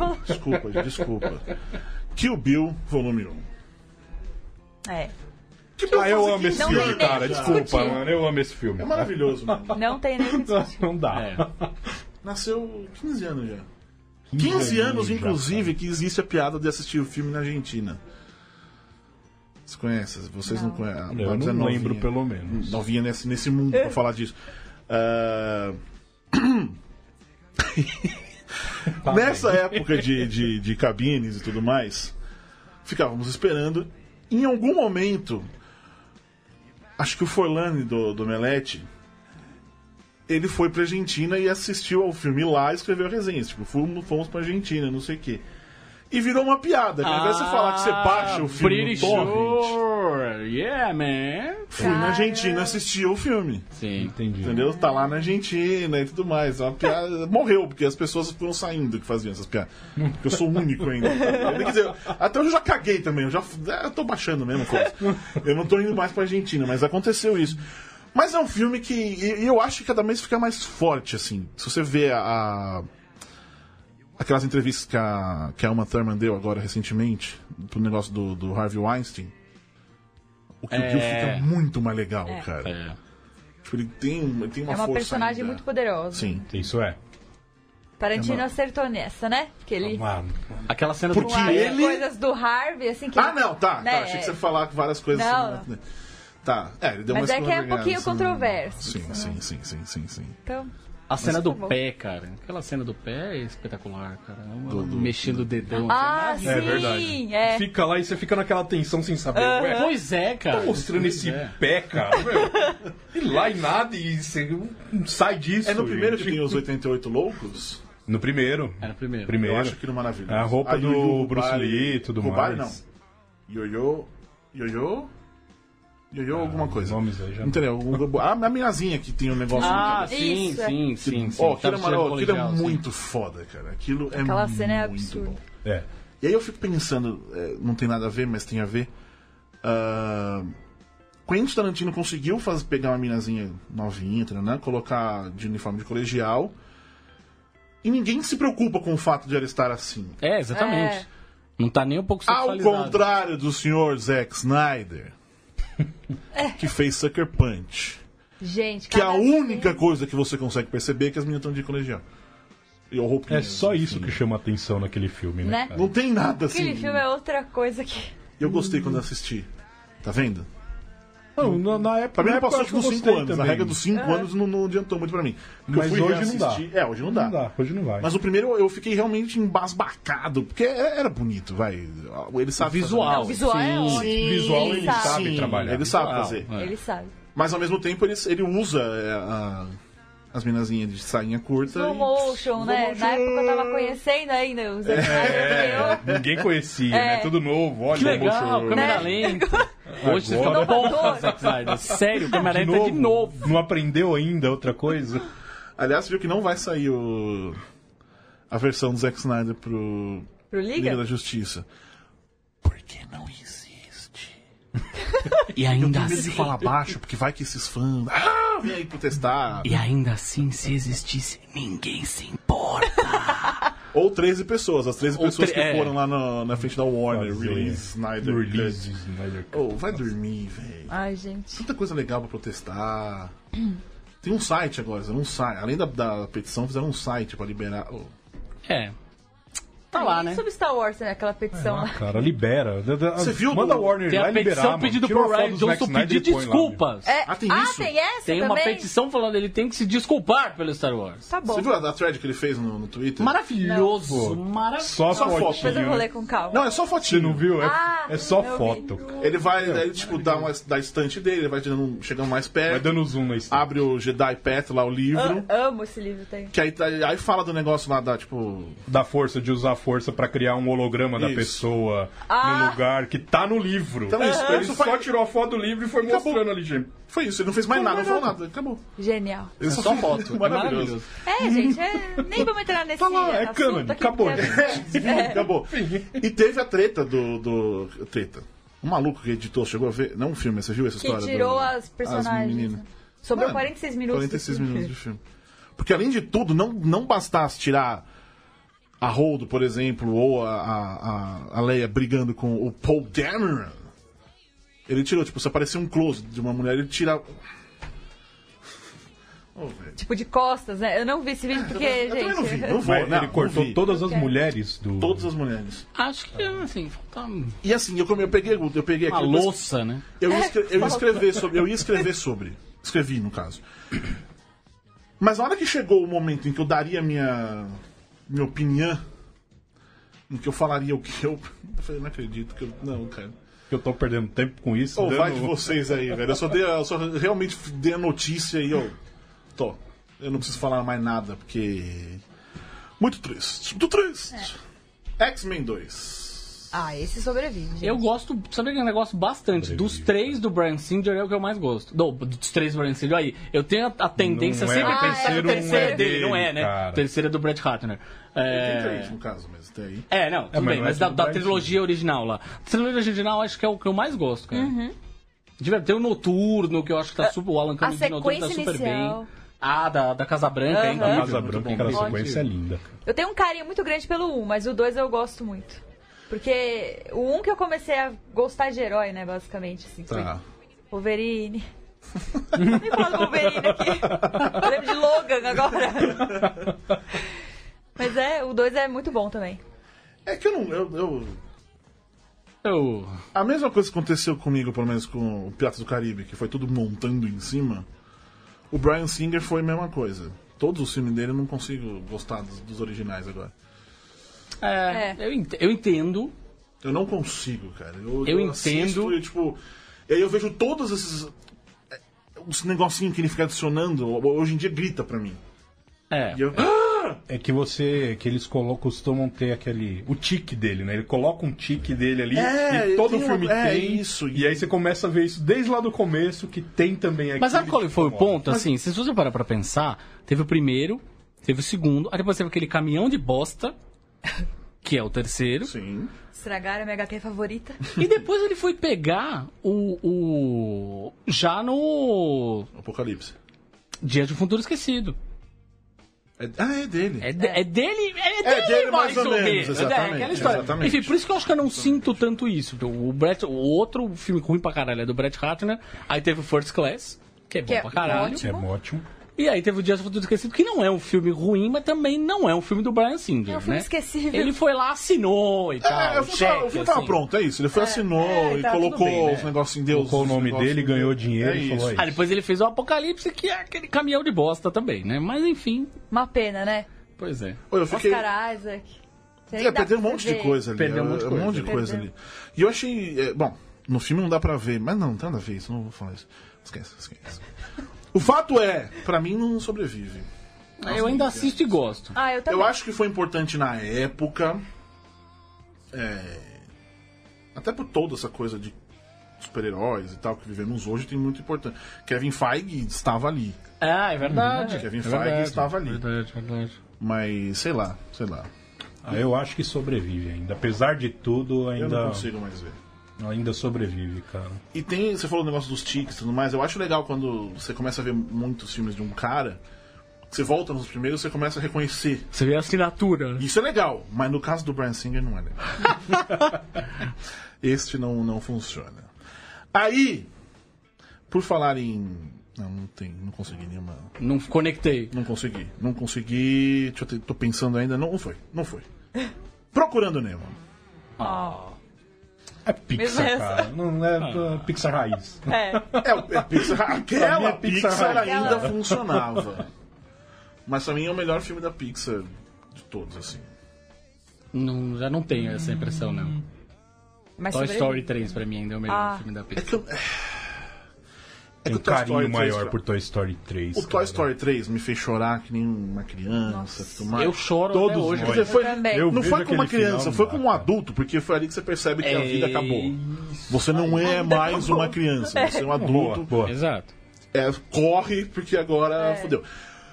Desculpa, desculpa. Kill Bill, volume um. É. Que pra Ah, eu fazer amo esse Não filme, tem nem cara. o que Desculpa, discutir. mano. Eu amo esse filme. É maravilhoso, mano. Não tem nem o que discutir. Não dá. É. Nasceu quinze anos já. quinze anos, já, inclusive, que existe a piada de assistir o filme na Argentina. Você conhece? Vocês não, Não. conhecem? A Eu Babs não é novinha. lembro, pelo menos. Novinha nesse, nesse mundo pra falar disso. Ah, Nessa época de, de, de cabines e tudo mais, ficávamos esperando. Em algum momento, acho que o Forlani do, do Melete, ele foi pra Argentina e assistiu ao filme lá e escreveu resenhas. Tipo, fomos, fomos pra Argentina, não sei o quê. E virou uma piada. Ao invés de você falar que você baixa o filme Pretty no torrent, sure. Yeah, man. fui na Argentina assistir o filme. Sim. Entendi. Entendeu? Tá lá na Argentina e tudo mais. É uma piada. Morreu, porque as pessoas foram saindo que faziam essas piadas. Porque eu sou o único ainda. Quer dizer, até hoje eu já caguei também. Eu já eu tô baixando mesmo coisa. Eu não tô indo mais pra Argentina, mas aconteceu isso. Mas é um filme que e- eu acho que cada vez fica mais forte, assim. Se você vê a. a- aquelas entrevistas que a, que a Uma Thurman deu agora recentemente, pro negócio do, do Harvey Weinstein, o que o É. Gil fica muito mais legal, É. cara. É. Tipo, ele tem, ele tem uma É uma força personagem ainda. muito poderosa. Sim. Isso é. Tarantino É uma- acertou nessa, né? Que ele... Mano, Aquela cena Porque do Com as ele- coisas do Harvey, assim, que... Ah, não, tá. né, tá. Achei que você ia falar várias coisas Não. assim. né? Tá. É, ele deu Mas uma é que é um escorregada, pouquinho assim. controverso, Sim, isso, sim, né? sim, sim, sim, sim. Então, A cena Mas do tá bom. pé, cara. Aquela cena do pé é espetacular, cara. Uma- Do- do- mexendo o dedão. ah, assim, sim, é verdade. é. Fica lá e você fica naquela tensão sem saber. Ué, Pois é, cara. tá mostrando Pois esse é. pé, cara. Meu. E lá e nada e você não sai disso. É no primeiro gente. que tem os oitenta e oito loucos? No primeiro. Era o primeiro. Primeiro. Eu acho aquilo maravilhoso. A roupa do Yu-Yu, Bruce Rubari- Lee e tudo Rubari, mais. não. Ioiô... Ioiô... Ioiô alguma os coisa. nomes aí já não- Entendeu? O- A, a minazinha que tem o negócio no Ah, cabelo. sim, Isso, é. sim, sim, sim. Ó, aquilo, é, Tava mara- cheirando aquilo é colegial, sim. muito foda, cara. Aquilo é Aquela muito cena é absurda. bom. É. E aí eu fico pensando, é, não tem nada a ver, mas tem a ver. ah, Quentin Tarantino conseguiu fazer, pegar uma minazinha novinha, né, colocar de uniforme de colegial. E ninguém se preocupa com o fato de ela estar assim. É, exatamente. É. Não tá nem um pouco Ao sexualizado. contrário do senhor Zack Snyder, que fez Sucker Punch. Gente, Que é a cada única cena- coisa que você consegue perceber é que as meninas estão de colegial. E o roupinha, É só enfim. isso que chama atenção naquele filme, né? Né? cara? Não tem nada assim. Aquele filme é outra coisa que... Eu gostei quando assisti. Tá vendo? Não, na, na época, Pra mim na não época passou eu acho que eu dos cinco gostei anos. A também. regra dos cinco anos não, não adiantou muito pra mim. Porque Mas eu fui hoje não dá. reassistir- É, hoje não dá. Não dá, hoje não vai. Mas o primeiro eu fiquei realmente embasbacado. Porque era bonito, vai. Ele sabe Visual. O visual é Sim. ótimo. Sim, Visual ele ele sabe. sabe Sim, trabalhar. ele sabe Visual, fazer. é. Ele sabe. Mas ao mesmo tempo ele, ele usa é, a- as minazinhas de sainha curta. Slow e- motion, né? Slow Na época eu motion. tava conhecendo ainda os É, ninguém conhecia, É. né? Tudo novo, olha Que legal, motion- câmera Né? lenta. Hoje você Agora- fica Inovador. porra, Zack Snyder. Sério, câmera de lenta novo, de novo. Não aprendeu ainda outra coisa? Aliás, viu que não vai sair o... a versão do Zack Snyder pro Pro Liga Liga? da Justiça. Porque não existe. E Eu ainda tenho medo de assim, falar baixo, porque vai que esses fãs. Ah, vem aí protestar. e ainda assim, se existisse, ninguém se importa. Ou treze pessoas, as treze Ou pessoas tre- que é. foram lá no- na frente da Warner, Fazer. Release Snyder. Release Snyder Cut. Oh, vai dormir, velho. Ai, gente. Tanta coisa legal pra protestar. Tem um site agora, fizeram um site. Além da, da petição, fizeram um site pra liberar. Oh, É. Tá lá, né? Sobre Star Wars, né? Aquela petição Ah, lá. cara, libera. Você viu Manda do- a Warner Tem lá a e liberar, petição mano. pedindo Tira pro uma foto Ryan do Zack Johnson Snyder pedir e põe lá, desculpas. É, Ah, tem ah, isso? tem essa Tem uma também? petição falando que ele tem que se desculpar pelo Star Wars. Tá bom. Você viu a, a thread que ele fez no, no Twitter? Maravilhoso, Pô, maravilhoso. Só Só fotinho, foto. Depois eu vou né? ler com calma. Não, é só Você fotinho. não viu? É, Ah, é só eu vi. foto. Ele vai, ele, tipo, dá uma da estante dele, ele vai tirando, chegando mais Vai perto, dando zoom na história. abre o Jedi Path lá, o livro. Eu amo esse livro, tem. Que aí, tá- aí fala do negócio lá da, tipo. Da força, de usar a força pra criar um holograma da Isso. pessoa Ah. no lugar que tá no livro. Então isso, Ele isso só foi, tirou a foto do livro e foi Acabou. mostrando ali, gente. foi isso, ele não fez mais nada, não falou nada, acabou. Genial. Ele É só foto. É Maravilhoso. maravilhoso. É, gente, é... nem vamos entrar nesse Tá lá, é assunto cânone, aqui, acabou. porque- É. Acabou. E teve a treta do. do treta. Um maluco que editou, chegou a ver. Não um filme, você viu essa Que história? tirou do- as personagens. meninas. né? Sobrou Mano, quarenta e seis minutos. quarenta e seis do filme. minutos de filme. Porque além de tudo, não, não bastasse tirar a Holdo, por exemplo, ou a, a, a- a Leia brigando com o Paul Dameron. Ele tirou, tipo, se aparecer um close de uma mulher, ele tira... Oh, tipo de costas, né? Eu não vi esse vídeo porque, eu, eu gente... não vi, não vou, Mas não, ele cortou não vi. todas as mulheres do... Todas as mulheres. Acho que, assim, falta E assim, eu, eu peguei, eu peguei uma aquele... louça, né? Eu ia, escre- eu ia escrever sobre. Eu ia escrever sobre. Escrevi, no caso. Mas na hora que chegou o momento em que eu daria minha. minha opinião, em que eu falaria o que eu. Eu falei, não acredito que eu. Não, cara. Que eu tô perdendo tempo com isso. Ou dando- vai de vocês aí, velho. Eu só, dei, a- eu só realmente dei a notícia e eu. Tô. Eu não preciso falar mais nada, porque. Muito triste. Muito triste. X-Men dois. Ah, esse sobrevive, gente. Eu gosto, sabe que eu gosto bastante? Dos três do Bryan Singer é o que eu mais gosto. Do, dos três do Bryan Singer, aí. Eu tenho a, a tendência Não é, sempre o a pensar que o terceiro terceiro não é é dele, dele, não é, né? cara. O terceiro é do Brett Ratner. Tem É, três, no caso, mas tem aí. é não, tudo mas bem, não é mas da, do da Bryan trilogia original lá. A trilogia original acho que é o que eu mais gosto, cara. De verdade, tem o Noturno, que eu acho que tá super. O Alan A Cumming de Noturno tá sequência super inicial. bem. Ah, da, da Casa Branca, hein? Aham. incrível, Casa muito Branca, bom. aquela Ótimo. sequência é linda, cara. Eu tenho um carinho muito grande pelo um, mas o dois eu gosto muito. Porque o um que eu comecei a gostar de herói, né, basicamente, assim. Tá. Foi Wolverine. Nem falar do Wolverine aqui. Eu lembro de Logan agora. Mas é, o dois é muito bom também. É que eu não. Eu, eu- Eu... A mesma coisa que aconteceu comigo, pelo menos com o Piratas do Caribe, que foi tudo montando em cima. O Bryan Singer foi a mesma coisa. Todos os filmes dele eu não consigo gostar dos, dos originais agora. É, É. Eu, ent- eu entendo. Eu não consigo, cara. Eu, Eu assisto entendo. E, tipo, e aí eu vejo todos esses. é, Os negocinhos que ele fica adicionando, hoje em dia grita pra mim. É. E eu, É que você, que eles colocam, costumam ter aquele, o tique dele, né? Ele coloca um tique dele ali É, e todo tem uma- filme é, tem. isso. E aí você começa a ver isso desde lá do começo, que tem também aqui. Mas sabe qual foi o ponto? Assim, se você parar pra pensar, teve o primeiro, teve o segundo, aí depois teve aquele caminhão de bosta, que é o terceiro, sim. Estragaram a minha H Q favorita. e depois ele foi pegar o. o já no. Apocalipse. Dia de um Futuro Esquecido. É- ah, é dele. É, de- é dele, é dele, dele mais ou menos, É, exatamente, aquela história. exatamente. Enfim, por isso que eu acho que eu não sinto tanto isso. O, Brett, o outro filme ruim pra caralho é do Brett Ratner, aí teve o First Class, que é bom Que é pra caralho. ótimo. É ótimo. E aí teve o Dia do Futuro Esquecido, que não é um filme ruim, mas também não é um filme do Bryan Singer, É um filme né? esquecível. Ele foi lá, assinou e tal. É, o filme, cheque, tava, o filme tava assim. pronto, é isso. Ele foi, assinou é, e tá tudo colocou bem, né? os negocinhos em Deus. Colocou o os nome negócios dele, de- ganhou dinheiro é e falou isso. Ah, depois ele fez o Apocalipse, que é aquele caminhão de bosta também, né? Mas enfim, Uma pena, né? pois é. Ô, eu fiquei... Oscar Isaac. Você nem É, dá perdeu um pra monte de ver. coisa ali. Perdeu um é, monte de é coisa. um monte de coisa Perdeu. ali. E eu achei... é, bom, no filme não dá pra ver, mas não, não tem nada a ver isso, não vou falar isso. Esquece, esquece. O fato é, pra mim não sobrevive. Eu ainda assisto e gosto. Ah, eu também. Eu acho que foi importante na época. é, Até por toda essa coisa de super-heróis e tal que vivemos hoje, tem muito importante. Kevin Feige estava ali. Ah, é verdade. Kevin é Feige verdade, estava ali. Verdade, verdade. Mas, sei lá, sei lá. Ah, eu acho que sobrevive ainda. Apesar de tudo, Eu não ainda, consigo mais ver. ainda sobrevive, cara. E tem, você falou o negócio dos tiques e tudo mais, eu acho legal quando você começa a ver muitos filmes de um cara, você volta nos primeiros, você começa a reconhecer. Você vê a assinatura. Isso é legal, mas no caso do Bryan Singer não é legal. Este não, não funciona. Aí, por falar em... Não, não tem, não consegui nenhuma... Não conectei. Não consegui, não consegui... Deixa eu ter, tô pensando ainda, não, não foi, não foi. Procurando Nemo. É Pixar, Mesmo cara. Não é uh, Pixar raiz. É. É, o- é a Pixar, aquela Pra mim é Pixar Pixar raiz. ainda Aquela- funcionava. Mas pra mim é o melhor filme da Pixar de todos, assim. Não, já não tenho essa impressão, não. Mas Toy sobrevive. Story três pra mim ainda é o melhor Ah. filme da É Pixar. que eu... É Tem que um o Toy carinho Story três, maior por Toy Story três. O Toy cara. Story três me fez chorar que nem uma criança. Nossa. tudo mais. Eu choro Todos até hoje. nós. Quer dizer, foi- Eu também. Eu não vejo foi com uma aquele criança, final, foi não com dá, um cara. adulto, porque foi ali que você percebe que a vida acabou. Isso. Você não é mais uma criança, você é um adulto. Boa, boa. Exato. É, corre, porque agora É. fodeu.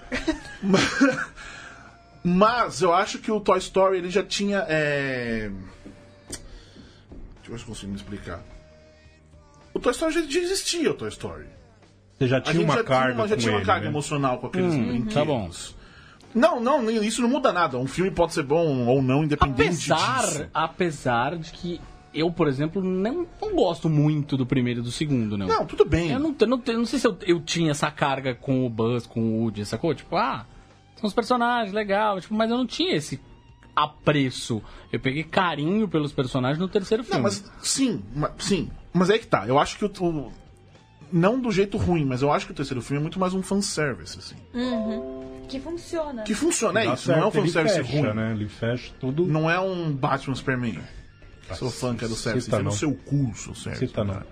Mas eu acho que o Toy Story ele já tinha. É... Deixa eu ver se eu consigo me explicar. O Toy Story já, já existia, o Toy Story. Você já A tinha gente uma já carga tinha uma, já com tinha uma ele, carga né? emocional com aqueles brinquedos. tá bom. Não, não, isso não muda nada. Um filme pode ser bom ou não, independente Apesar, disso. apesar de que eu, por exemplo, não, não gosto muito do primeiro e do segundo, não. Não, tudo bem. Eu não, eu não, eu não sei se eu, eu tinha essa carga com o Buzz, com o Woody, sacou? Tipo, ah, são os personagens, legal, tipo, mas eu não tinha esse apreço. Eu peguei carinho pelos personagens no terceiro filme. Não, mas sim, mas, sim. Mas é aí que tá. Eu acho que o, o... Não do jeito ruim, mas eu acho que o terceiro filme é muito mais um fanservice, assim. Uhum. Que funciona. Que funciona, é Dá isso. certo, Não é um ele fanservice fecha, ruim. né? Ele fecha tudo. Não é um Batman Superman. Ah, Sou fã que é do Sérgio. cita Você no não. seu curso, Sérgio. Cita não.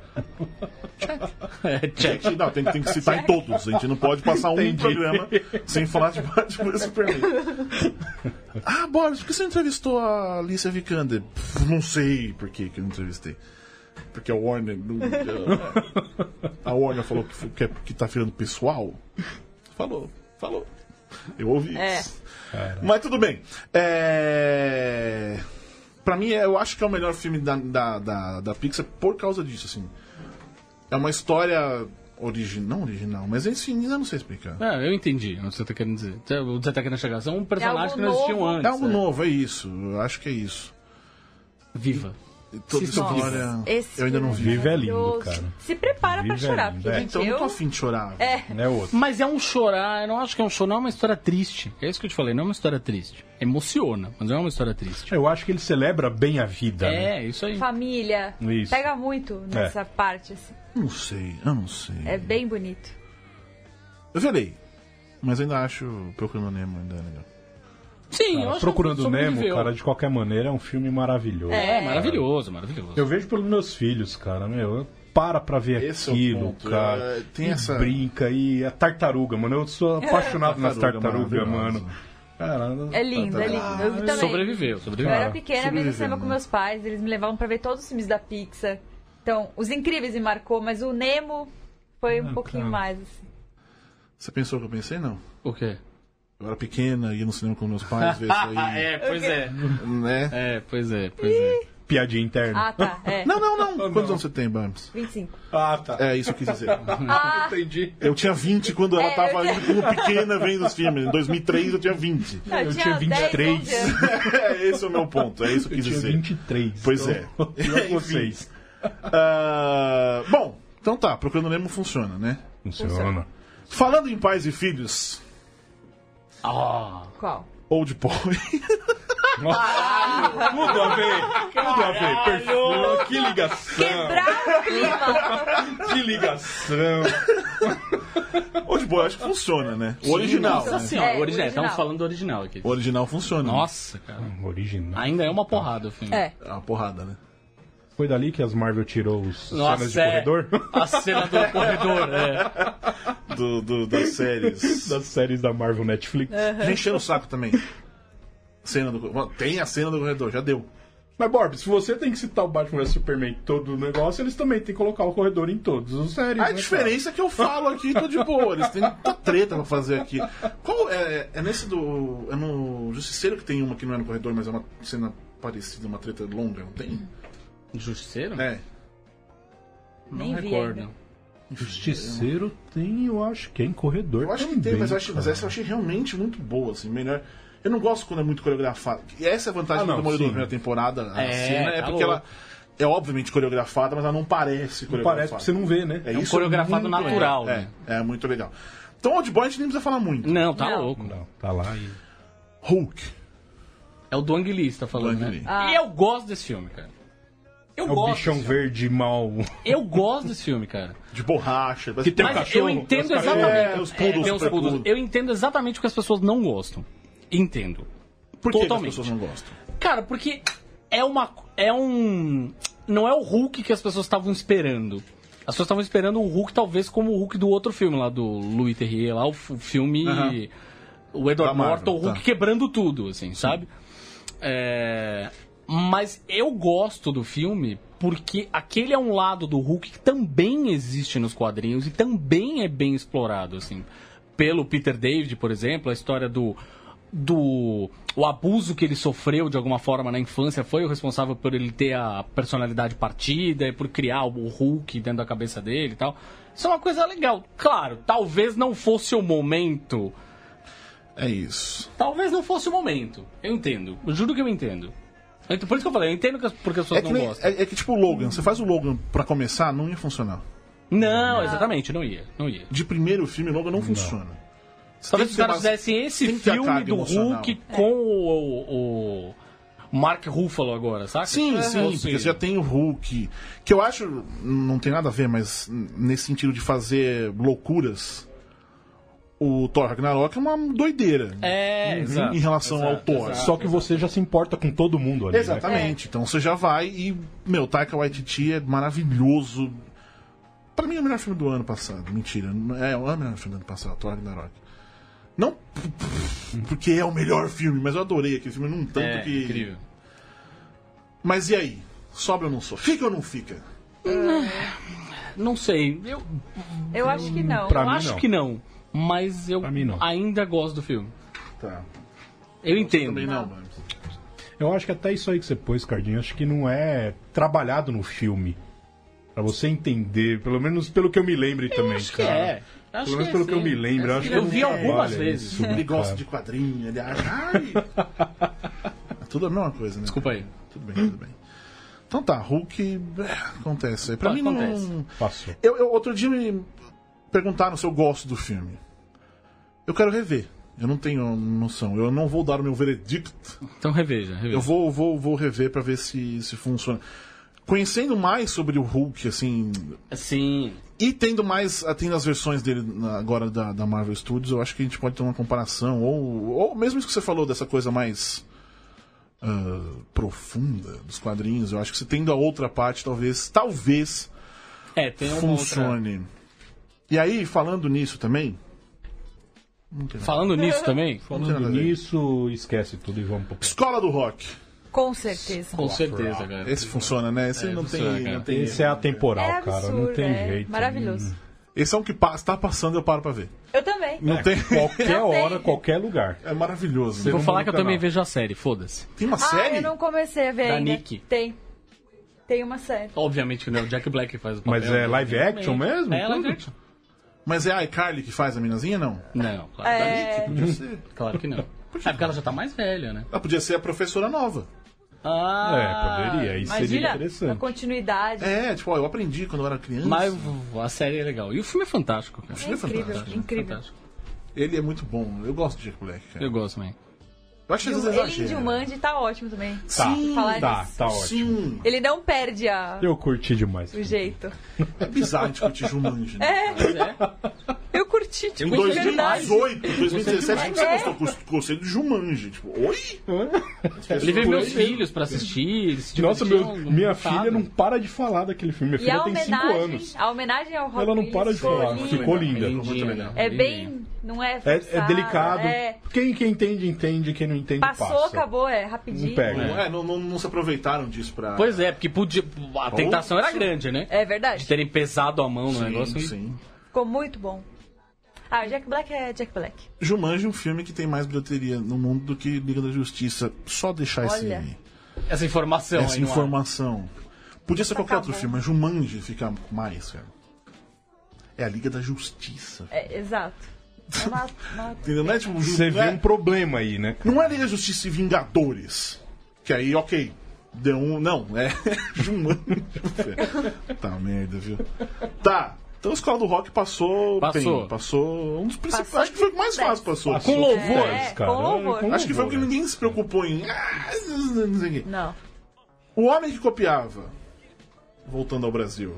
É, check. Gente, não, tem, tem que citar em todos. A gente não pode passar um Entendi. programa sem falar de Batman e Superman. Ah, Boris, por que você entrevistou a Alicia Vikander? Pff, não sei por que que eu entrevistei. Porque a Warner. Não, a Warner falou que, foi- que, é- que tá virando pessoal. Falou, falou. Eu ouvi É. isso. Mas tudo bem. É... Pra mim, eu acho que é o melhor filme da, da, da, da Pixar por causa disso, assim. É uma história original, não original, mas enfim, eu não sei explicar. É, eu entendi o que você tá querendo dizer. O que você tá querendo chegar. São personagens algo que não existiam novo. antes. É algo é. novo, é isso. Eu acho que é isso. Viva. E toda essa Nossa, história. esse Eu ainda não filme vi. Vive é lindo, maravilhoso. cara. Se prepara pra Vive é chorar, lindo, porque, é. gente, Então eu não eu... tô afim de chorar. É, Não é outro. Mas é um chorar, eu não acho que é um chorar, não é uma história triste. É isso que eu te falei, não é uma história triste. Emociona, mas não é uma história triste. Eu acho que ele celebra bem a vida, né? É, isso aí. família. Isso. Pega muito nessa parte, assim. Não sei, eu não sei. É bem bonito. Eu verei. Mas ainda acho Procurando Nemo ainda é legal. Sim, eu Cara, acho Procurando que Nemo, sobreviveu. cara, de qualquer maneira, é um filme maravilhoso. É, maravilhoso, maravilhoso. Eu vejo pelos meus filhos, cara, meu. Para pra ver Esse é o aquilo, ponto, cara. é, tem e essa- brinca, e a tartaruga, mano. Eu sou apaixonado nas Tartaruga tartarugas, maravilhosa. mano. Cara, É lindo, é lindo. Eu vi também. Sobreviveu, Eu sobreviveu. era pequena, vi no sobrevivendo, cinema com né? meus pais, eles me levavam pra ver todos os filmes da Pixar. Então, Os Incríveis me marcou, mas o Nemo foi um Ah, pouquinho cara. mais, assim. Você pensou que eu pensei? Não. O quê? Eu era pequena, ia no cinema com meus pais, ver isso aí. é, pois é. Né? É, pois é, pois é. piadinha interna. Ah, tá, é. Não, não, não. Quantos anos você tem, Bams? vinte e cinco. Ah, tá. É isso que eu quis dizer. Ah, Entendi. Eu tinha vinte quando ela É, tava eu indo como pequena vendo os filmes. Em dois mil e três eu tinha vinte. eu, Eu tinha tinha vinte e três. dez, onze anos. É, esse é o meu ponto. É isso que eu Eu quis tinha dizer. vinte e três. Pois então, é. Pior que Enfim. vocês. Ah, bom, então tá. Procurando Nemo funciona, né? Funciona. Falando em pais e filhos, Ah, Qual? Old Boy. Tudo a ver. Tudo a ver. Perfeito. Que ligação. Quebrar o clima. Que ligação. Old Boy acho que funciona, né? O original. Nossa Né? senhora, É, o original. o Estamos original. falando do original aqui. O original funciona. Nossa, cara. Original. Ainda é uma porrada o filme. É. É uma porrada, né? Foi dali que as Marvel tirou os Nossa, cenas de é. corredor? A cena do corredor, é. Do, do- das séries. Das séries da Marvel Netflix. Já encheram o saco também. Cena do... Tem a cena do corredor, já deu. Mas, Borb, se você tem que citar o Batman vs Superman em todo o negócio, eles também têm que colocar o corredor em todos os séries. A né, diferença é que eu falo aqui e tô de boa. Eles têm muita treta pra fazer aqui. Qual é? É nesse do. É no Justiceiro que tem uma que não é no corredor, mas é uma cena parecida, uma treta longa, não tem? Justiceiro? É. Não Nem vi recordo. ainda. cara? Justiceiro tem, eu acho que é em corredor. Eu acho que também, tem, mas, eu acho, mas cara. essa eu achei realmente muito boa, assim, melhor. Eu não gosto quando é muito coreografado. E essa é a vantagem Ah, não, do Demolidor sim. na primeira temporada, a É, cena, é tá porque louco. ela é obviamente coreografada, mas ela não parece Não coreografada. parece porque você não vê, né? É É um isso coreografado muito natural, legal. né? É, é muito legal. Então, Old Boy a gente nem precisa falar muito. Não, tá Não. louco. Não, tá lá e... Hulk. É o do Ang Lee, você tá falando, Do Ang né? Lee. Ah. E eu gosto desse filme, cara. Eu É o gosto bichão desse filme. verde mal... Eu gosto desse filme, cara. De borracha. Que tem um Mas cachorro, eu entendo os cachorros. exatamente. É, os poodles, tem os super poodles. poodle. Eu entendo exatamente o que as pessoas não gostam. Entendo. Por que, que as Totalmente. pessoas não gostam? Cara, porque é uma. É um. Não é o Hulk que as pessoas estavam esperando. As pessoas estavam esperando o Hulk, talvez, como o Hulk do outro filme lá, do Louis Terrier, lá, o f- filme. Aham. O Edward Da Marvel, Norton, o Hulk tá. quebrando tudo, assim, sabe? É, Mas eu gosto do filme porque aquele é um lado do Hulk que também existe nos quadrinhos e também é bem explorado, assim. Pelo Peter David, por exemplo, a história do. do o abuso que ele sofreu de alguma forma na infância foi o responsável por ele ter a personalidade partida e por criar o Hulk dentro da cabeça dele e tal. Isso é uma coisa legal. Claro, talvez não fosse o momento. É isso. Talvez não fosse o momento. Eu entendo. Eu juro que eu entendo. Então, por isso que eu falei, eu entendo que as- porque as pessoas É que, não nem- gostam. é, é que tipo o Logan, você faz o Logan pra começar, não ia funcionar. Não, exatamente, não ia, não ia. De primeiro filme, o Logan não, funciona. Você Talvez os tem que ter caras base- fizessem esse tem que ter a filme carga do emocional. Hulk com o, o Mark Ruffalo agora, saca? Sim, sim, Ou porque seja, você já tem o Hulk, que eu acho, não tem nada a ver, mas nesse sentido de fazer loucuras, o Thor Ragnarok é uma doideira É, exato. em relação ao exato, Thor. exato. Só que você já se importa com todo mundo ali. Né? Exatamente, então você já vai e, meu, Taika Waititi é maravilhoso. Pra mim é o melhor filme do ano passado, mentira, não é, é o melhor filme do ano passado, Thor Ragnarok. Não p- p- porque é o melhor filme, mas eu adorei aquele filme num tanto É, que... incrível. Mas e aí? Sobra ou não sobra? Fica ou não fica? Não sei, eu, Eu acho que não. Pra eu mim, acho não. que não, mas eu Pra mim, não. ainda gosto do filme. Tá. Eu entendo. Também não, mano. Eu acho que até isso aí que você pôs, Cardinho, acho que não é trabalhado no filme. Pra você entender, pelo menos pelo que eu me lembre também, Acho que cara. é. Acho Pelo menos que pelo é, que eu sim. me lembro, eu acho que Eu não vi algumas trabalha vezes. isso, Ele né, gosta cara? de quadrinho, ele acha. Ai! É tudo a mesma coisa, né? Desculpa aí. Tudo bem, tudo bem. Então tá, Hulk. é, acontece aí. Pra Pô, mim não. acontece. Passou. Eu, eu- outro dia me perguntaram se eu gosto do filme. Eu quero rever. Eu não tenho noção. Eu não vou dar o meu veredicto. Então reveja, reveja. Eu vou, vou, vou rever pra ver se, se funciona. Conhecendo mais sobre o Hulk, assim. Sim. E tendo mais. Tendo as versões dele na- agora da, da Marvel Studios, eu acho que a gente pode ter uma comparação. Ou, ou mesmo isso que você falou, dessa coisa mais. ah, profunda dos quadrinhos. Eu acho que você tendo a outra parte, talvez. Talvez É, tem uma outra... funcione. E aí, falando nisso também. Não tem nada. Falando nisso também, Não tem nada Falando a ver. nisso, esquece tudo e vamos pro próximo. Escola do Rock. Com certeza. com certeza, cara. Esse funciona, né? Esse É, não, funciona, tem, cara. não tem. Esse é atemporal, É cara, absurdo, não tem é jeito. maravilhoso. Esse é um que passa, tá passando, eu paro pra ver. Eu também. Não tem. Qualquer Não tem. hora, qualquer lugar. É maravilhoso. Vou Não falar muda que eu o também canal. vejo a série, foda-se. Tem uma Ah, série? eu não comecei a ver Da ainda. Nick. Tem. Tem uma série. Obviamente que não é o Jack Black que faz o papel. Mas é live action mesmo? É live Tudo? action. Mas é a iCarly que faz a minazinha, não? Não, claro, É. Podia ser. claro que não. É porque ela já tá mais velha, né? Ela podia ser a professora nova. Ah, É, poderia. Isso seria Imagina a interessante. continuidade. É, tipo, ó, eu aprendi quando eu era criança. Mas a série é legal. E o filme é fantástico, cara. É filme é incrível, fantástico, incrível. Fantástico. Ele é muito bom. Eu gosto de Jack Black, cara. Eu gosto também. Eu acho que às Ele vezes em exagera. Jumanji tá ótimo também. Tá, Sim, falar tá, nisso. tá ótimo. Sim. Ele não perde a... Eu curti demais. o jeito. É bizarro discutir Jumanji, né? É, Mas é. eu curti, tipo, Em gostei de dois mil e verdade. dezoito, dois mil e dezessete, demais. você gostou? Cons- Gostei do Jumanji. Tipo, oi? Ele veio meus filhos pra assistir. Eles se Nossa, meu, divertiam, minha montado. filha não para de falar daquele filme. Minha E a filha tem cinco homenagem, anos. a homenagem ao Rock Ela não para de ficou falar. linda. Ficou linda. Lindinho, legal. né? É bem... Não é É, forçado, é delicado. é- Quem, quem entende, entende. Quem não entende, Passou, passa. acabou, é rapidinho. Não pega. É, não, não, não se aproveitaram disso pra... Pois é, porque podia, a tentação era grande, né? É De verdade. terem pesado a mão no Sim, negócio. e- sim. Ficou muito bom. Ah, Jack Black é Jack Black. Jumanji é um filme que tem mais bilheteria no mundo do que Liga da Justiça. Só deixar Olha. esse, Essa informação essa aí no ar. informação. Podia ser Tá qualquer bom. outro filme, mas Jumanji fica mais, cara. É a Liga da Justiça. É, exato. É uma, uma... Entendeu? Não é tipo... Ju- Você não vê é- um problema aí, né? Não é Liga da Justiça e Vingadores. Que aí, ok. Deu um. Não, é. Jumanji. Tá, merda, viu? Tá. Então a Escola do Rock passou. Passou. Bem, passou. Um dos principais. Passou Acho que foi o que mais de dez. fácil passou. Passou Com louvor, É, cara. com louvor. Com Acho que foi o que louvor, ninguém se preocupou em. Ah, não sei o quê. Não. O Homem que Copiava. Voltando ao Brasil.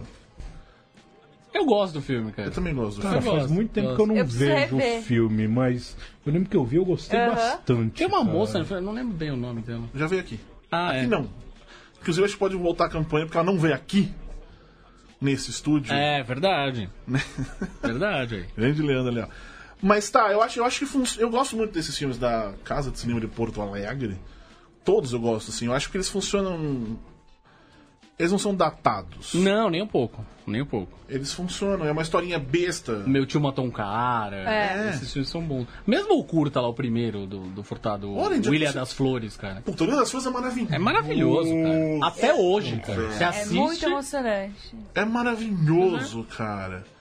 Eu gosto do filme, cara. Eu também gosto do Cara, filme. faz muito tempo que eu não Eu preciso vejo o rever. filme, mas eu lembro que eu vi, eu gostei Aham. bastante. Tem uma cara. moça, eu não lembro bem o nome dela. Já veio aqui. Ah, Aqui é. não. Inclusive, acho que pode voltar a campanha, porque ela não veio aqui. Nesse estúdio. É, verdade. verdade aí. Grande Leandro ali, ó. Mas tá, eu acho, eu acho que funciona. Eu gosto muito desses filmes da Casa de Cinema de Porto Alegre. Todos eu gosto, assim. Eu acho que eles funcionam. Eles não são datados. Não, nem um pouco. Nem um pouco. Eles funcionam. É uma historinha besta. Meu tio matou um cara. É. Esses filmes são bons. Mesmo o curta lá, o primeiro do, do Furtado, o Orange, William eu- das Flores, cara. Puta, Olhando das Coisas é maravilhoso. É maravilhoso, cara. Até hoje, cara. Você É assiste. muito emocionante. É maravilhoso, cara.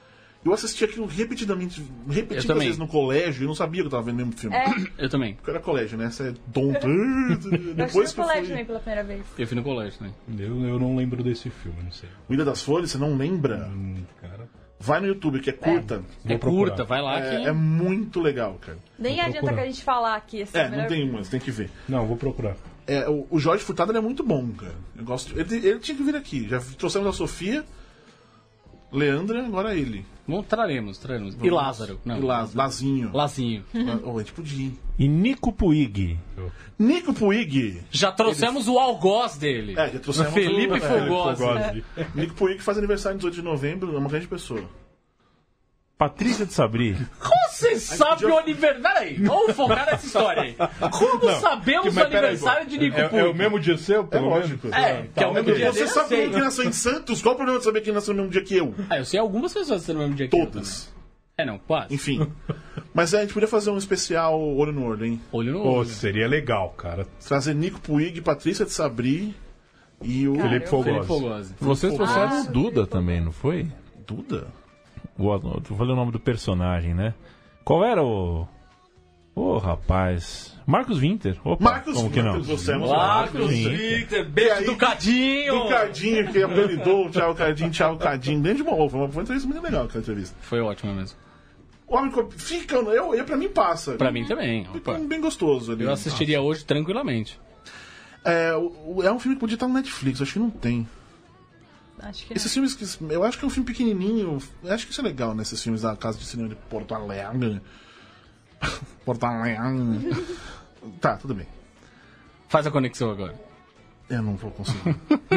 Eu assisti aquilo repetidamente, repetidas também. vezes no colégio, e não sabia que eu tava vendo o mesmo filme. É, Eu também. Porque era colégio, né? Você é tonto. eu Depois assisti que no eu colégio fui... também pela primeira vez. Eu fui no colégio, né? Eu, eu não lembro desse filme, não sei. O Ilha das Flores, você não lembra? Hum, cara, Vai no YouTube, que é curta. É Vou procurar. curta, vai lá É, que... é muito legal, cara. Nem Vou adianta procurar. que a gente falar aqui. Assim, É, melhor- não tem uma, você tem que ver. não, vou procurar. É, o, o Jorge Furtado ele é muito bom, cara. Eu gosto. Ele, ele tinha que vir aqui. Já trouxemos a Sofia, Leandra, agora ele. Não traremos, traremos. E Lázaro. Não. E Laz, Lazinho. Lazinho. Oh, a gente podia ir. E Nico Puig. Nico Puig. Já trouxemos o algoz dele. É, já trouxemos Felipe o, é, Fogosi. Fogosi. Nico Puig faz aniversário dezoito de novembro, é uma grande pessoa. Patrícia de Sabri. Como você sabe o aniversário? Peraí, vamos focar nessa história aí. Como Não, sabemos mas o peraí, aniversário de Nico É, Puig? é o mesmo dia seu, pelo lógico. menos? É, que é o mesmo dia Você dele, sabe eu sei. quem que nasceu em Santos? Qual o problema de saber quem nasceu no mesmo dia que eu? Ah, eu sei algumas pessoas que estão no mesmo dia que eu Todas. também. É, não, quase. Enfim. Mas é, a gente podia fazer um especial olho no olho, hein? Olho no Pô, olho. seria legal, cara. Trazer Nico Puig, Patrícia de Sabri e o Felipe eu- Felipe Fogosi. Fogosi. Vocês trouxeram Ah, o Duda também, não foi? Duda. O, eu falei o nome do personagem, né? Qual era o... Ô, rapaz... Marcos Winter. Opa, Marcos como que não? Marcos, trouxemos Marcos Winter. Winter, E beijo aí, do Cadinho. Do Cadinho, que apelidou o Tchau Cadinho, Tchau Cadinho. Grande bom, foi uma, foi uma entrevista muito legal aquela entrevista. Foi ótimo mesmo. O homem co- fica, eu, eu, pra mim passa. Pra mim também. Fica Opa. bem gostoso ali. Eu assistiria hoje tranquilamente. É, o- o- é um filme que podia estar no Netflix, acho que não tem. Acho que Esses filmes que. Eu acho que é um filme pequenininho. Eu acho que isso é legal, né? Esses filmes da Casa de Cinema de Porto Alegre. Porto Alegre. Tá, tudo bem. Faz a conexão agora. Eu não vou conseguir.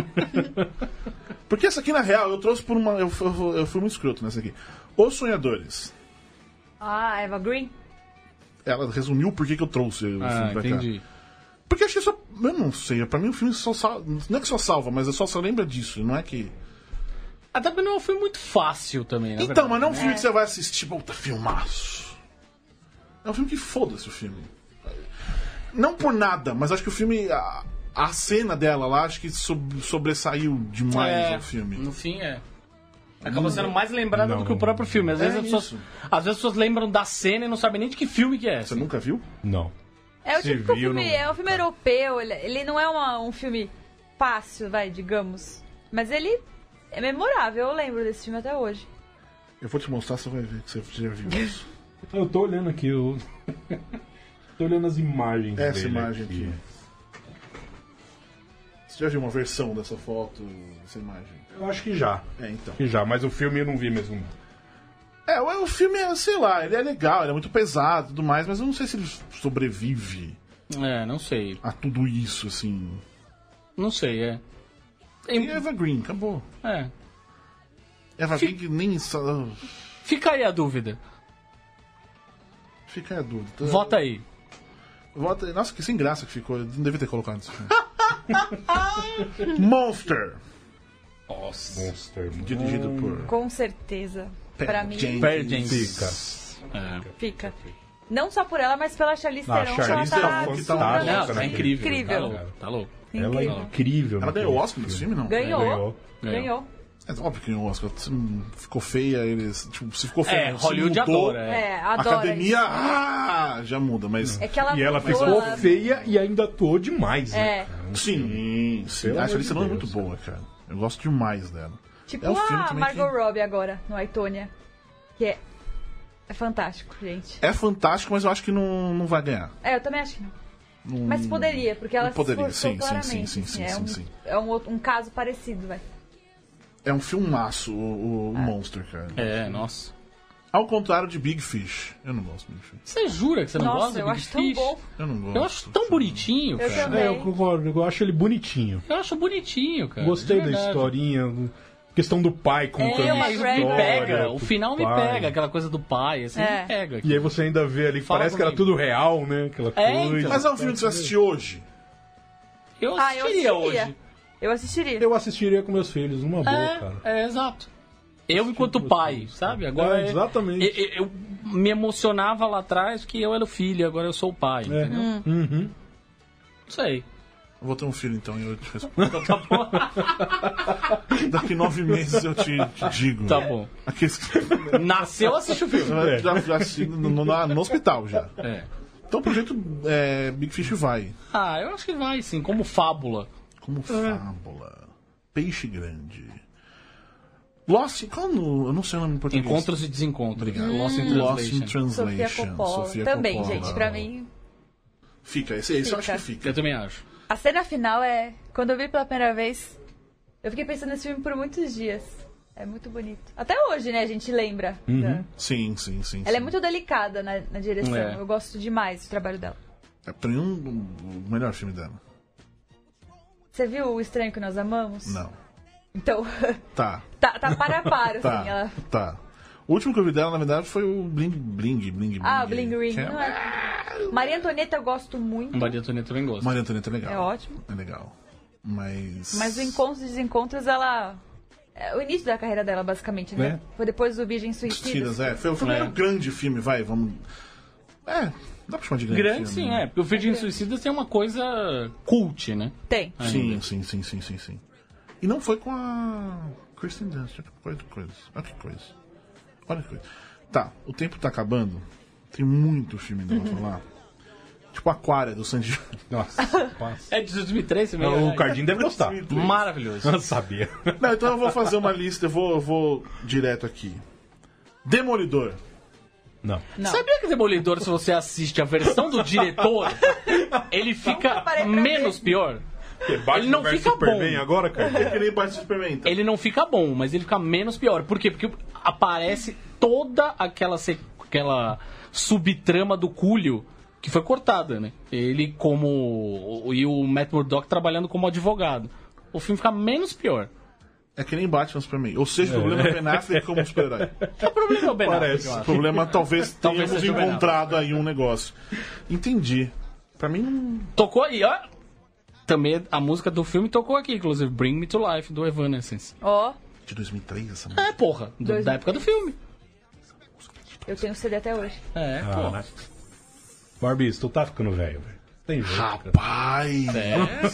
Porque essa aqui, na real, eu trouxe por uma. Eu, eu, eu fui muito escroto nessa aqui. Os Sonhadores. Ah, Eva Green? Ela resumiu por que que eu trouxe o Ah, filme pra cá. entendi. Porque acho que só. Eu não sei, pra mim o filme só salva. Não é que só salva, mas é só só lembra disso, não é que. Até porque não é um filme muito fácil também, né? Então, mas não é um filme que você vai assistir, puta, filmaço. É um filme que foda-se o filme. Não por nada, mas acho que o filme. A, a cena dela lá, acho que sob- sobressaiu demais É, o filme. no fim é. Acaba sendo mais lembrada Não. do que o próprio filme. Às vezes, É as pessoas, isso. às vezes as pessoas lembram da cena e não sabem nem de que filme que é. Você nunca viu? Não. É o Se tipo viu, filme, não- é um filme europeu, ele, ele não é uma- um filme fácil, vai, digamos. Mas ele é memorável, eu lembro desse filme até hoje. Eu vou te mostrar, você vai ver que você já viu isso. Eu tô olhando aqui, eu... tô olhando as imagens Essa dele imagem aqui. Você já viu uma versão dessa foto, dessa imagem? Eu acho que já. É, então. Que já, mas o filme eu não vi mesmo. É, o, o filme é, sei lá, ele é legal, ele é muito pesado e tudo mais, mas eu não sei se ele sobrevive É, não sei. a tudo isso, assim. Não sei, é. E Eva Green, acabou. É. Eva Green que nem. sa- Fica aí a dúvida. Fica aí a dúvida. Vota aí. Vota aí. Nossa, que sem graça que ficou. Eu não devia ter colocado isso. Monster. Nossa. Monster. Dirigido por. Com certeza. Patty Pra mim, Jenkins. Perdem. Fica. É. fica. Não só por ela, mas pela Charlize Ah, Theron, que ela Charlize tá... Theron, que tá fantástica, Não, tá né? incrível. Incrível. Tá louco. Tá louco. Ela é Incrível. incrível. Ela naquele ganhou o Oscar nesse filme, não? Ganhou. Ganhou. Ganhou. Ganhou. É óbvio que ganhou o Oscar. Se não ficou feia, eles. Tipo, se ficou feia. É, se Hollywood mudou, adora. É. É, A adora academia. isso. Ah, já muda, mas. É que ela E ela mudou, ficou ela- feia e ainda atuou demais, né? É. cara? Sim, sim. Pelo A amor Charlize de Theron é Deus. muito boa, cara. Eu gosto demais dela. Tipo É um filme a também Margot que- Robbie agora, no Aitonia. Que é... É fantástico, gente. É fantástico, mas eu acho que não, não vai ganhar. É, eu também acho que não. Mas poderia, porque ela Poderia, se esforçou sim, sim, claramente. sim, sim, assim, é, sim, um, sim. é um, outro- um caso parecido, vai. É um filmaço, o, o Ah. Monster, cara. É, nossa. Ao contrário de Big Fish. Eu não gosto de Big Fish. Você jura que você não Nossa, gosta eu do acho Big tão Fish? bom. Eu não gosto. Eu acho tão bonitinho, Eu cara. também. É, eu concordo, eu acho ele bonitinho. Eu acho bonitinho, cara. Gostei de da verdade. historinha, questão do pai contando É, a mas história. me pega. do O final me pai. pega, aquela coisa do pai, assim, É. me pega. E aí você ainda vê ali que Fala parece que era comigo. tudo real, né? Aquela É, coisa. então. Mas é um filme que você vai assistir hoje. Eu Ah, eu assistiria assistiria. hoje. Eu assistiria. Eu assistiria com meus filhos, numa boa, É, cara. é, exato. Eu enquanto pai, sabe? Agora É, exatamente. Eu, eu- eu me emocionava lá atrás que eu era o filho, agora eu sou o pai, É. entendeu? Uhum. Não sei. Eu vou ter um filho então e eu te respondo. Daqui nove meses eu te, te digo. Tá bom. Aqueles que... Nasceu, assiste o filme. Eu já, já assisti no, no, no hospital já. É. Então o projeto é, Big Fish vai. Ah, eu acho que vai, sim, como fábula. Como fábula. Peixe grande. Lost, qual no, eu não sei o nome em português. Encontros e desencontros. Obrigado. Lost in Lost in Translation. Sofia Translation. Coppola. Sofia Também, Coppola. gente, pra mim... Fica, esse, esse eu acho Fica. que fica. Eu também acho. A cena final é... Quando eu vi pela primeira vez, eu fiquei pensando nesse filme por muitos dias. É muito bonito. Até hoje, né, a gente lembra. da- Sim, sim, sim. Ela é sim. muito delicada na, na direção. É. Eu gosto demais do trabalho dela. É pra mim um, o melhor filme dela. Você viu O Estranho que Nós Amamos? Não. Então, Tá, tá, tá para a par, tá, assim. Ela... tá. O último que eu vi dela, na verdade, foi o Bling Bling, Bling Bling. Ah, o Bling Ring. que é- Não é... Maria Antonieta eu gosto muito. Maria Antonieta também gosta. Maria Antonieta é legal. É ótimo. É legal. Mas... Mas o Encontros e Desencontros, ela... É o início da carreira dela, basicamente, né? É. Foi depois do Virgem Suicida. Suicidas, é. Foi o primeiro É. grande filme, vai, vamos... É, dá pra chamar de grande, Grande, filme. sim, é. Porque o Virgin Suicidas tem uma coisa cult, né? Tem. Sim, sim, sim, sim, sim, sim. E não foi com a Kristen Dunst, olha que coisa, coisa. Olha que coisa. Olha que coisa. Tá, o tempo tá acabando. Tem muito filme ainda pra falar. Tipo Aquária, do Sandy Júnior. Nossa, passa. É de dois mil e três também. O Cardinho deve gostar. Maravilhoso. Eu não sabia. Não, então eu vou fazer uma lista, eu vou, eu vou direto aqui. Demolidor. Não. Não. Sabia que Demolidor, se você assiste a versão do diretor, ele fica Parei pra menos pior? Ele não versus fica Superman bom. agora, cara? É que nem parte do Superman, então. Ele não fica bom, mas ele fica menos pior. Por quê? Porque aparece toda aquela, se- aquela subtrama do Cúlio que foi cortada, né? Ele como... E o Matt Murdock trabalhando como advogado. O filme fica menos pior. É que nem Batman Superman. Ou seja, o problema é Ben Affleck como super-herói. O problema é o Ben Affleck, Parece. eu O acho. problema talvez Talvez tenhamos seja o Ben encontrado aí um negócio. Entendi. Pra mim não... Tocou aí, ó. Também a música do filme tocou aqui, inclusive. Bring Me to Life, do Evanescence. Ó, De dois mil e três essa música. É, porra. do- Dois- da época do filme. eu tenho o C D até hoje. É, Ah, porra. né? Barbie, tu tá ficando velho, velho. Tem jeito, cara. Rapaz! É.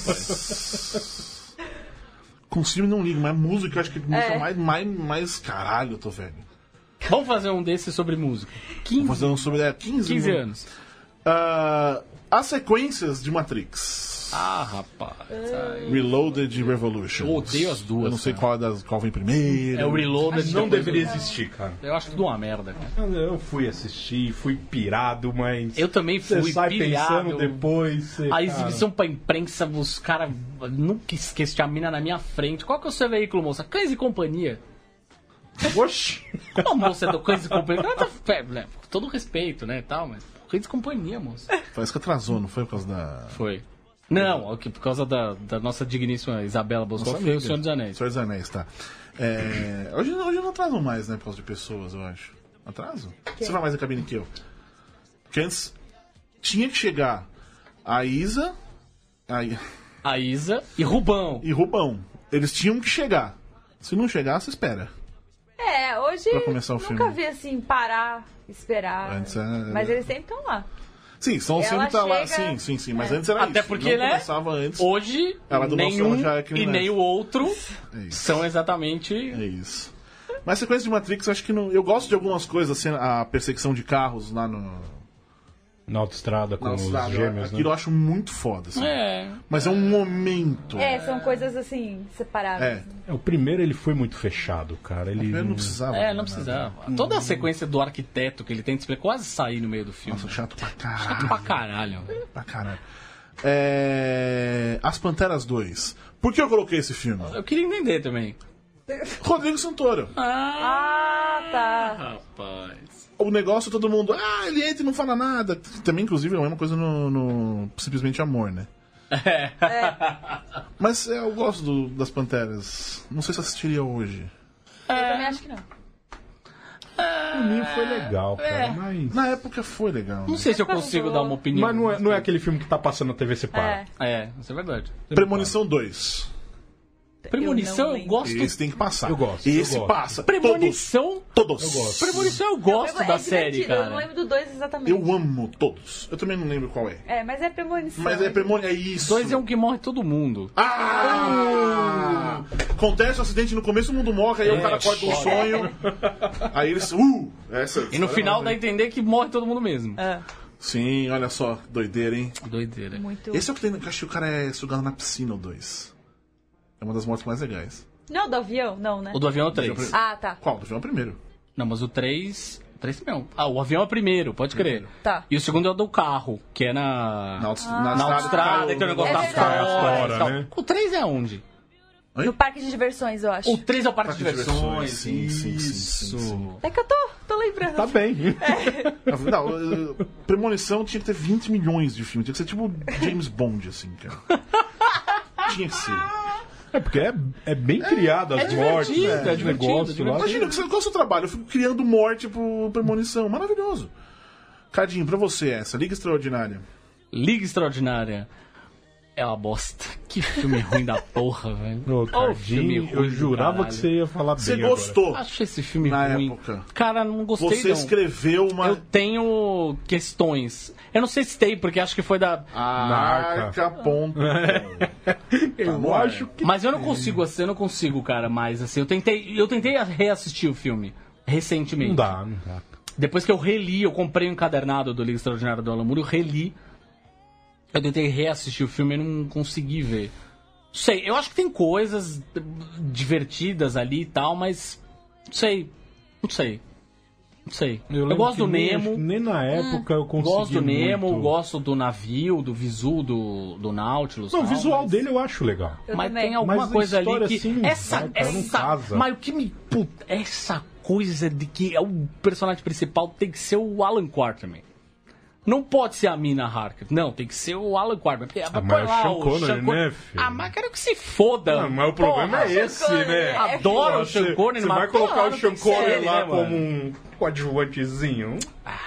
Com filme não ligo, mas música eu acho que música É. mais, mais, mais caralho, eu tô velho. Vamos fazer um desses sobre música. Vou quinze, fazer um sobre é, quinze, quinze mil- anos. Ah, as sequências de Matrix. Ah, rapaz. Ai. Reloaded e Revolution. Eu odeio as duas, Eu não sei cara. qual, é das, qual vem primeiro. É o Reloaded. Não depois deveria do- existir, cara. Eu acho tudo uma merda, cara. Eu fui assistir, fui pirado, mas. Eu também Você fui sai pilhado. pensando depois. Você, A cara, exibição pra imprensa, os caras... Nunca esqueci a mina na minha frente. Qual que é o seu veículo, moça? Cães e Companhia. Oxi! Como a moça é do Cães e Companhia? Ela tá, é, né, com todo respeito, né, e tal, mas... Cães e Companhia, moça. Parece que atrasou, não foi por causa da. Foi. Não, ok, por causa da, da nossa digníssima Isabela Bosco, Nossa foi o amiga. Senhor dos Anéis. Senhor dos Anéis, tá. É, hoje, hoje não atrasam mais, né? Por causa de pessoas, eu acho. Atraso? Você vai mais na cabine que eu. Porque antes tinha que chegar a Isa a... A Isa e Rubão. e Rubão. Eles tinham que chegar. Se não chegar, você espera. É, hoje Pra começar o nunca filme. vi assim, parar, esperar. Antes é- Mas eles sempre estão lá. Sim, são Ela sempre tá lá. chega- Sim, sim, sim. Mas É. antes era Até isso. porque, não né, começava antes. Hoje, Ela do nenhum noção já é e criminal. nem o outro É isso. são exatamente... É isso. Mas sequência de Matrix, eu acho que não. Eu gosto de algumas coisas, assim, a perseguição de carros lá no. Na autoestrada com na os estrada. gêmeos, Aquilo eu né? acho muito foda, assim. É, Mas é um momento. É, são coisas assim, separadas. É. É, o primeiro ele foi muito fechado, cara. Ele Eu não não- precisava. é, não precisava. Toda a sequência do arquiteto que ele tem de explicar quase sair no meio do filme. Nossa, chato pra caralho. Chato pra caralho. velho. Pra caralho. É... As Panteras dois. Por que eu coloquei esse filme? Eu queria entender também. Rodrigo Santoro. Ah, tá. Rapaz. O negócio, todo mundo. Ah, ele entra e não fala nada. Também, inclusive, é a mesma coisa no, no Simplesmente Amor, né? É. Mas é, eu gosto do- das Panteras. Não sei se eu assistiria hoje. Eu também acho que não. Pra mim foi legal, cara. É. Mas. Na época foi legal. Não Né? sei se eu consigo dar uma opinião. Mas não é, não é aquele filme que tá passando na T V Separa. É. É, isso é verdade. Premonição dois. Premonição, eu, eu gosto. Esse tem que passar. Eu gosto, Esse eu gosto. passa. Premonição. Todos. Eu gosto. Premonição eu gosto Não, da é série, divertido, Eu não cara. lembro do dois exatamente. Eu amo todos. Eu também não lembro qual é. É, mas é premonição. Mas é premonição. É isso. Dois é um que morre todo mundo. Ah! Acontece um acidente no começo, o mundo morre, aí o cara acorda um sonho. Aí eles. Uh! Essa, E no final dá a entender que morre todo mundo mesmo. É, Sim, olha só, doideira, hein? Doideira. muito... Esse é o que tem. Que acho que o cara é sugado na piscina, o dois. É uma das mortes mais legais. Não, do avião? Não, né? O do avião é o três. Ah, tá. Qual? Do filme é o primeiro. Não, mas o três... O três não. Ah, o avião é o primeiro, pode crer. Tá. E o segundo é o do carro, que é na... Na, auto, Na autoestrada, que tem o negócio É da verdade. fora Fora, e tal. né? O três é onde? No parque de diversões, eu acho. O três é o parque de Parque de diversões. diversões, sim, sim, sim, Isso. sim, sim. É que eu tô, tô lembrando. Tá bem. Não, uh, Premonição tinha que ter vinte milhões de filmes. Tinha que ser tipo James Bond, assim, cara. Tinha que ser. É porque é, é bem criado as é mortes, divertido, né, é os divertido, negócios é lá. Imagina, qual é o seu trabalho? Eu fico criando morte pro Premonição. Maravilhoso. Cardinho, pra você essa. Liga Extraordinária. Liga Extraordinária. É uma bosta. Que filme ruim da porra, velho. Ô, Ô, filme Cardinho, ruim eu do jurava caralho. que você ia falar bem Você agora. gostou? Acho esse filme Na ruim. época. Cara, não gostei Você não. escreveu uma. Eu tenho questões. Eu não sei se tem, porque acho que foi da... Arca. Ponto. Eu no ar. acho que... Mas eu não consigo, assim, eu não consigo, cara, mais assim. Eu tentei, eu tentei reassistir o filme recentemente. Não dá, não dá. Depois que eu reli, eu comprei um encadernado do Liga Extraordinária do Alan Moore, eu reli. Eu tentei reassistir o filme e não consegui ver. Não sei, eu acho que tem coisas divertidas ali e tal, mas. Não sei. Não sei. Não sei. Eu, lembro gosto que do nem, Nemo. acho que Nem na época eu consegui Gosto do Nemo, muito. gosto do navio, do visu do, do Nautilus. Não, o tal, visual mas- dele eu acho legal. Eu mas também. tem alguma Mas a coisa ali história, que. assim, não essa, vai, cara, não essa, casa. mas o que me. Puta, essa coisa de que é o personagem principal tem que ser o Alan Quarterman. Não pode ser a Mina Harker. Não, tem que ser o Alan Quarterman. Porque, Ah, põe mas é o lá Sean o Connery, Sean Connery. né, filho? Ah, mas quero que se foda. Não, mas o problema Porra, é esse, Connery. né? Adoro o Sean Você, Connery, você mas vai colocar porra, o não Sean tem Connery série, lá né, como mano? um coadjuvantezinho.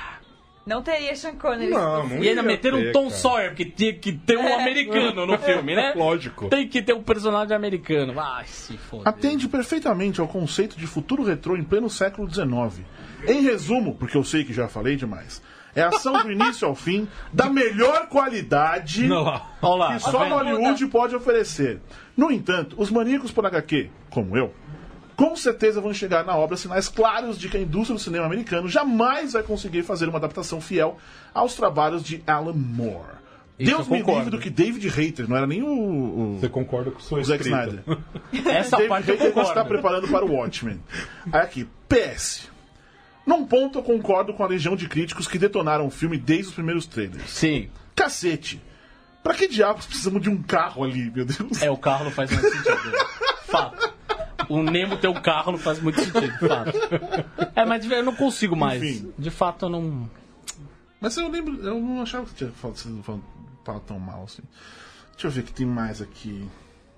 Não teria Sean Connery. Não, não E ainda ia meter um ter, Tom cara. Sawyer, porque tinha que ter um americano no filme, né? Lógico. Tem que ter um personagem americano. Ai, se foda. Atende perfeitamente ao conceito de futuro retrô em pleno século dezenove. Em resumo, porque eu sei que já falei demais, é ação do início ao fim, da melhor qualidade Não, lá. Olha lá, que tá só vendo? Hollywood pode oferecer. No entanto, os maníacos por agá quê, como eu, com certeza vão chegar na obra sinais claros de que a indústria do cinema americano jamais vai conseguir fazer uma adaptação fiel aos trabalhos de Alan Moore. Isso Deus eu me concordo. livre do que David Hayter, não era nem o, o, Você concorda com sua o Zack escrita? Snyder. Essa David parte eu Hayter concordo. está preparando para o Watchmen. Aí aqui, P S. Num ponto eu concordo com a legião de críticos que detonaram o filme desde os primeiros trailers. Sim. Cacete! Pra que diabos precisamos de um carro ali, meu Deus? É, o carro não faz muito sentido. Fato. O Nemo ter um carro não faz muito sentido, fato. É, mas eu não consigo mais. Enfim. De fato, eu não... Mas eu lembro, eu não achava que tinha falado, vocês não falam falam tão mal assim. Deixa eu ver o que tem mais aqui.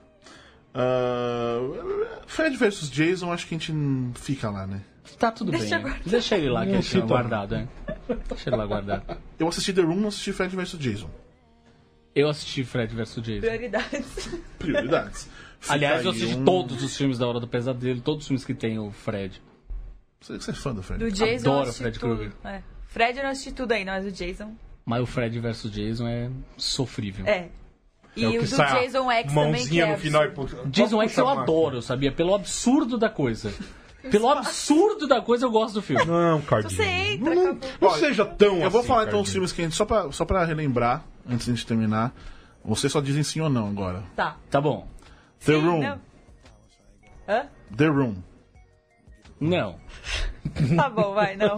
Uh, Fred versus Jason, acho que a gente não fica lá, né? Tá tudo Deixa bem. eu guardar. Deixa ele lá, que Não ele fica cita. guardado, é. Deixa ele lá guardado. Eu assisti The Room, não assisti Fred versus Jason. Eu assisti Fred versus Jason. Prioridades. Prioridades. Fica Aliás, eu aí assisti um- todos os filmes da Hora do Pesadelo, todos os filmes que tem o Fred. Você, você é fã do Fred? Do Jason eu Adoro assisti Fred tudo. Krueger. É. Fred eu não assisti tudo ainda, mas o Jason... Mas o Fred versus Jason é sofrível. É. E É o, que do sai a Jason X também, que mãozinha é no final e absurdo. puxa. Jason X puxa eu a máquina. adoro, sabia? Pelo absurdo da coisa. Pelo absurdo da coisa eu gosto do filme. Não, Cardinho. Você entra, não, não, acabou. não seja tão Eu vou assim, falar então os Cardinho. filmes que a gente, só pra, só pra relembrar, antes de a gente terminar. Vocês só dizem sim ou não agora. Tá. Tá bom. The Sim, Room. não. Hã? The Room. Não. Tá bom, vai, não.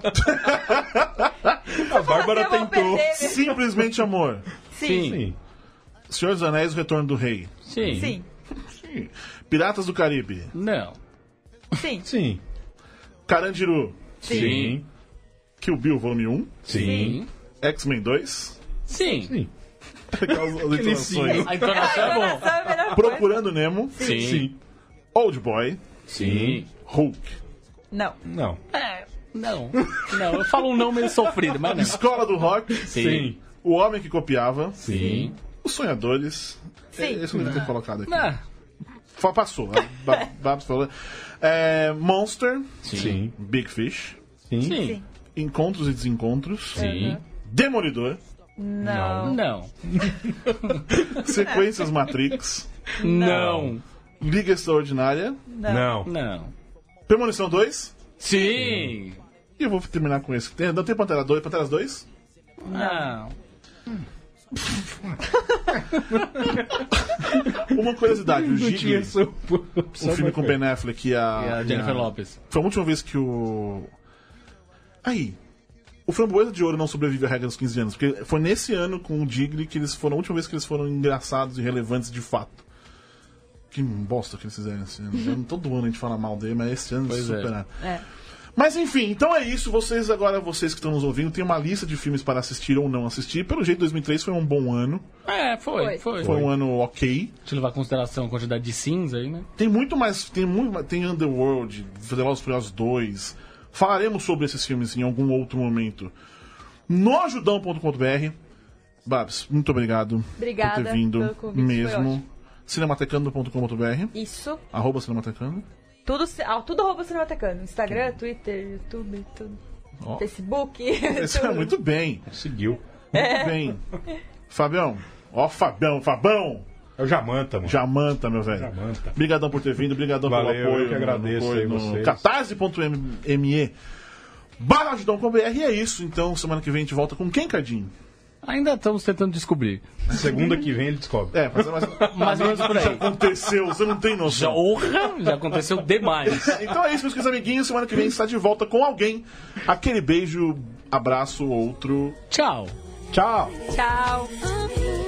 A Bárbara Eu vou tentou. perder. Simplesmente Amor. Sim. Sim. Senhor dos Anéis, O Retorno do Rei. Sim. Sim. Sim. Piratas do Caribe. Não. Sim. Sim. Carandiru. Sim. Kill Bill, volume um. Sim. X-Men dois. Sim. Sim. Legal as entonações. A entonação é bom. Essa é a melhor coisa. Procurando Nemo. Sim. Sim. Old Boy. Sim. Hulk. Não. Não. É, não. Não, eu falo um não meio sofrido, mas não. Escola do Rock. Sim. O Homem que Copiava. Sim. Os Sonhadores. Sim. Esse eu não devia ter colocado aqui. Não. Fa- Passou. Ba- Babs falou. É, Monster. Sim. Big Fish. Sim. Sim. Encontros e Desencontros. Sim. Demolidor. Não. Não. Sequências Matrix. Não. Liga Extraordinária. Não. Não. Premonição dois. Sim. E eu vou terminar com esse. Tem, não tem Pantera dois? Panteras dois? Não. Uma curiosidade, o Não tinha Gigli, essa o opção, filme mas com foi. Ben Affleck e a, E a Jennifer Lopez. Foi a última vez que o... Aí, o Framboesa de Ouro não sobrevive à regra dos quinze anos, porque foi nesse ano com o Gigli que eles foram, a última vez que eles foram engraçados e relevantes de fato. Que bosta que eles fizeram esse ano. Todo ano a gente fala mal dele, mas esse ano eles Pois é. superaram. É. Mas enfim, então é isso. Vocês agora, vocês que estão nos ouvindo, tem uma lista de filmes para assistir ou não assistir. Pelo jeito, dois mil e três foi um bom ano. É, foi, Foi. foi. Foi um ano ok. Deixa eu levar em consideração a quantidade de sims aí, né? Tem muito mais. Tem muito mais, tem Underworld, Velozes e Furiosos dois. Falaremos sobre esses filmes em algum outro momento. No ajudão ponto com ponto b r. Babs, muito obrigado Obrigada por ter vindo pelo convite, foi mesmo. ótimo. cinematecando ponto com ponto b r. Isso. Arroba cinematecando. Tudo, ah, tudo arroba Cinematecano. Instagram, Twitter, YouTube, tudo. Ó, Facebook. esse é tudo. muito bem. Conseguiu. Muito bem. Fabião. Ó, Fabião, Fabão. É o Jamanta, mano. Jamanta, meu velho. Jamanta. Obrigadão por ter vindo, obrigadão pelo Valeu, apoio. eu que agradeço no, aí no, vocês. catarse ponto me barra ajudão ponto b r. E é isso. Então, semana que vem a gente volta com quem, Cardinho? Ainda estamos tentando descobrir. Segunda que vem ele descobre. É, mas, mas Mais ou menos por já aí. aconteceu, você não tem Já, noção. honra, já aconteceu demais. Então é isso, meus queridos amiguinhos. Semana que vem está de volta com alguém. Aquele beijo, abraço, outro. Tchau. Tchau! Tchau. I'm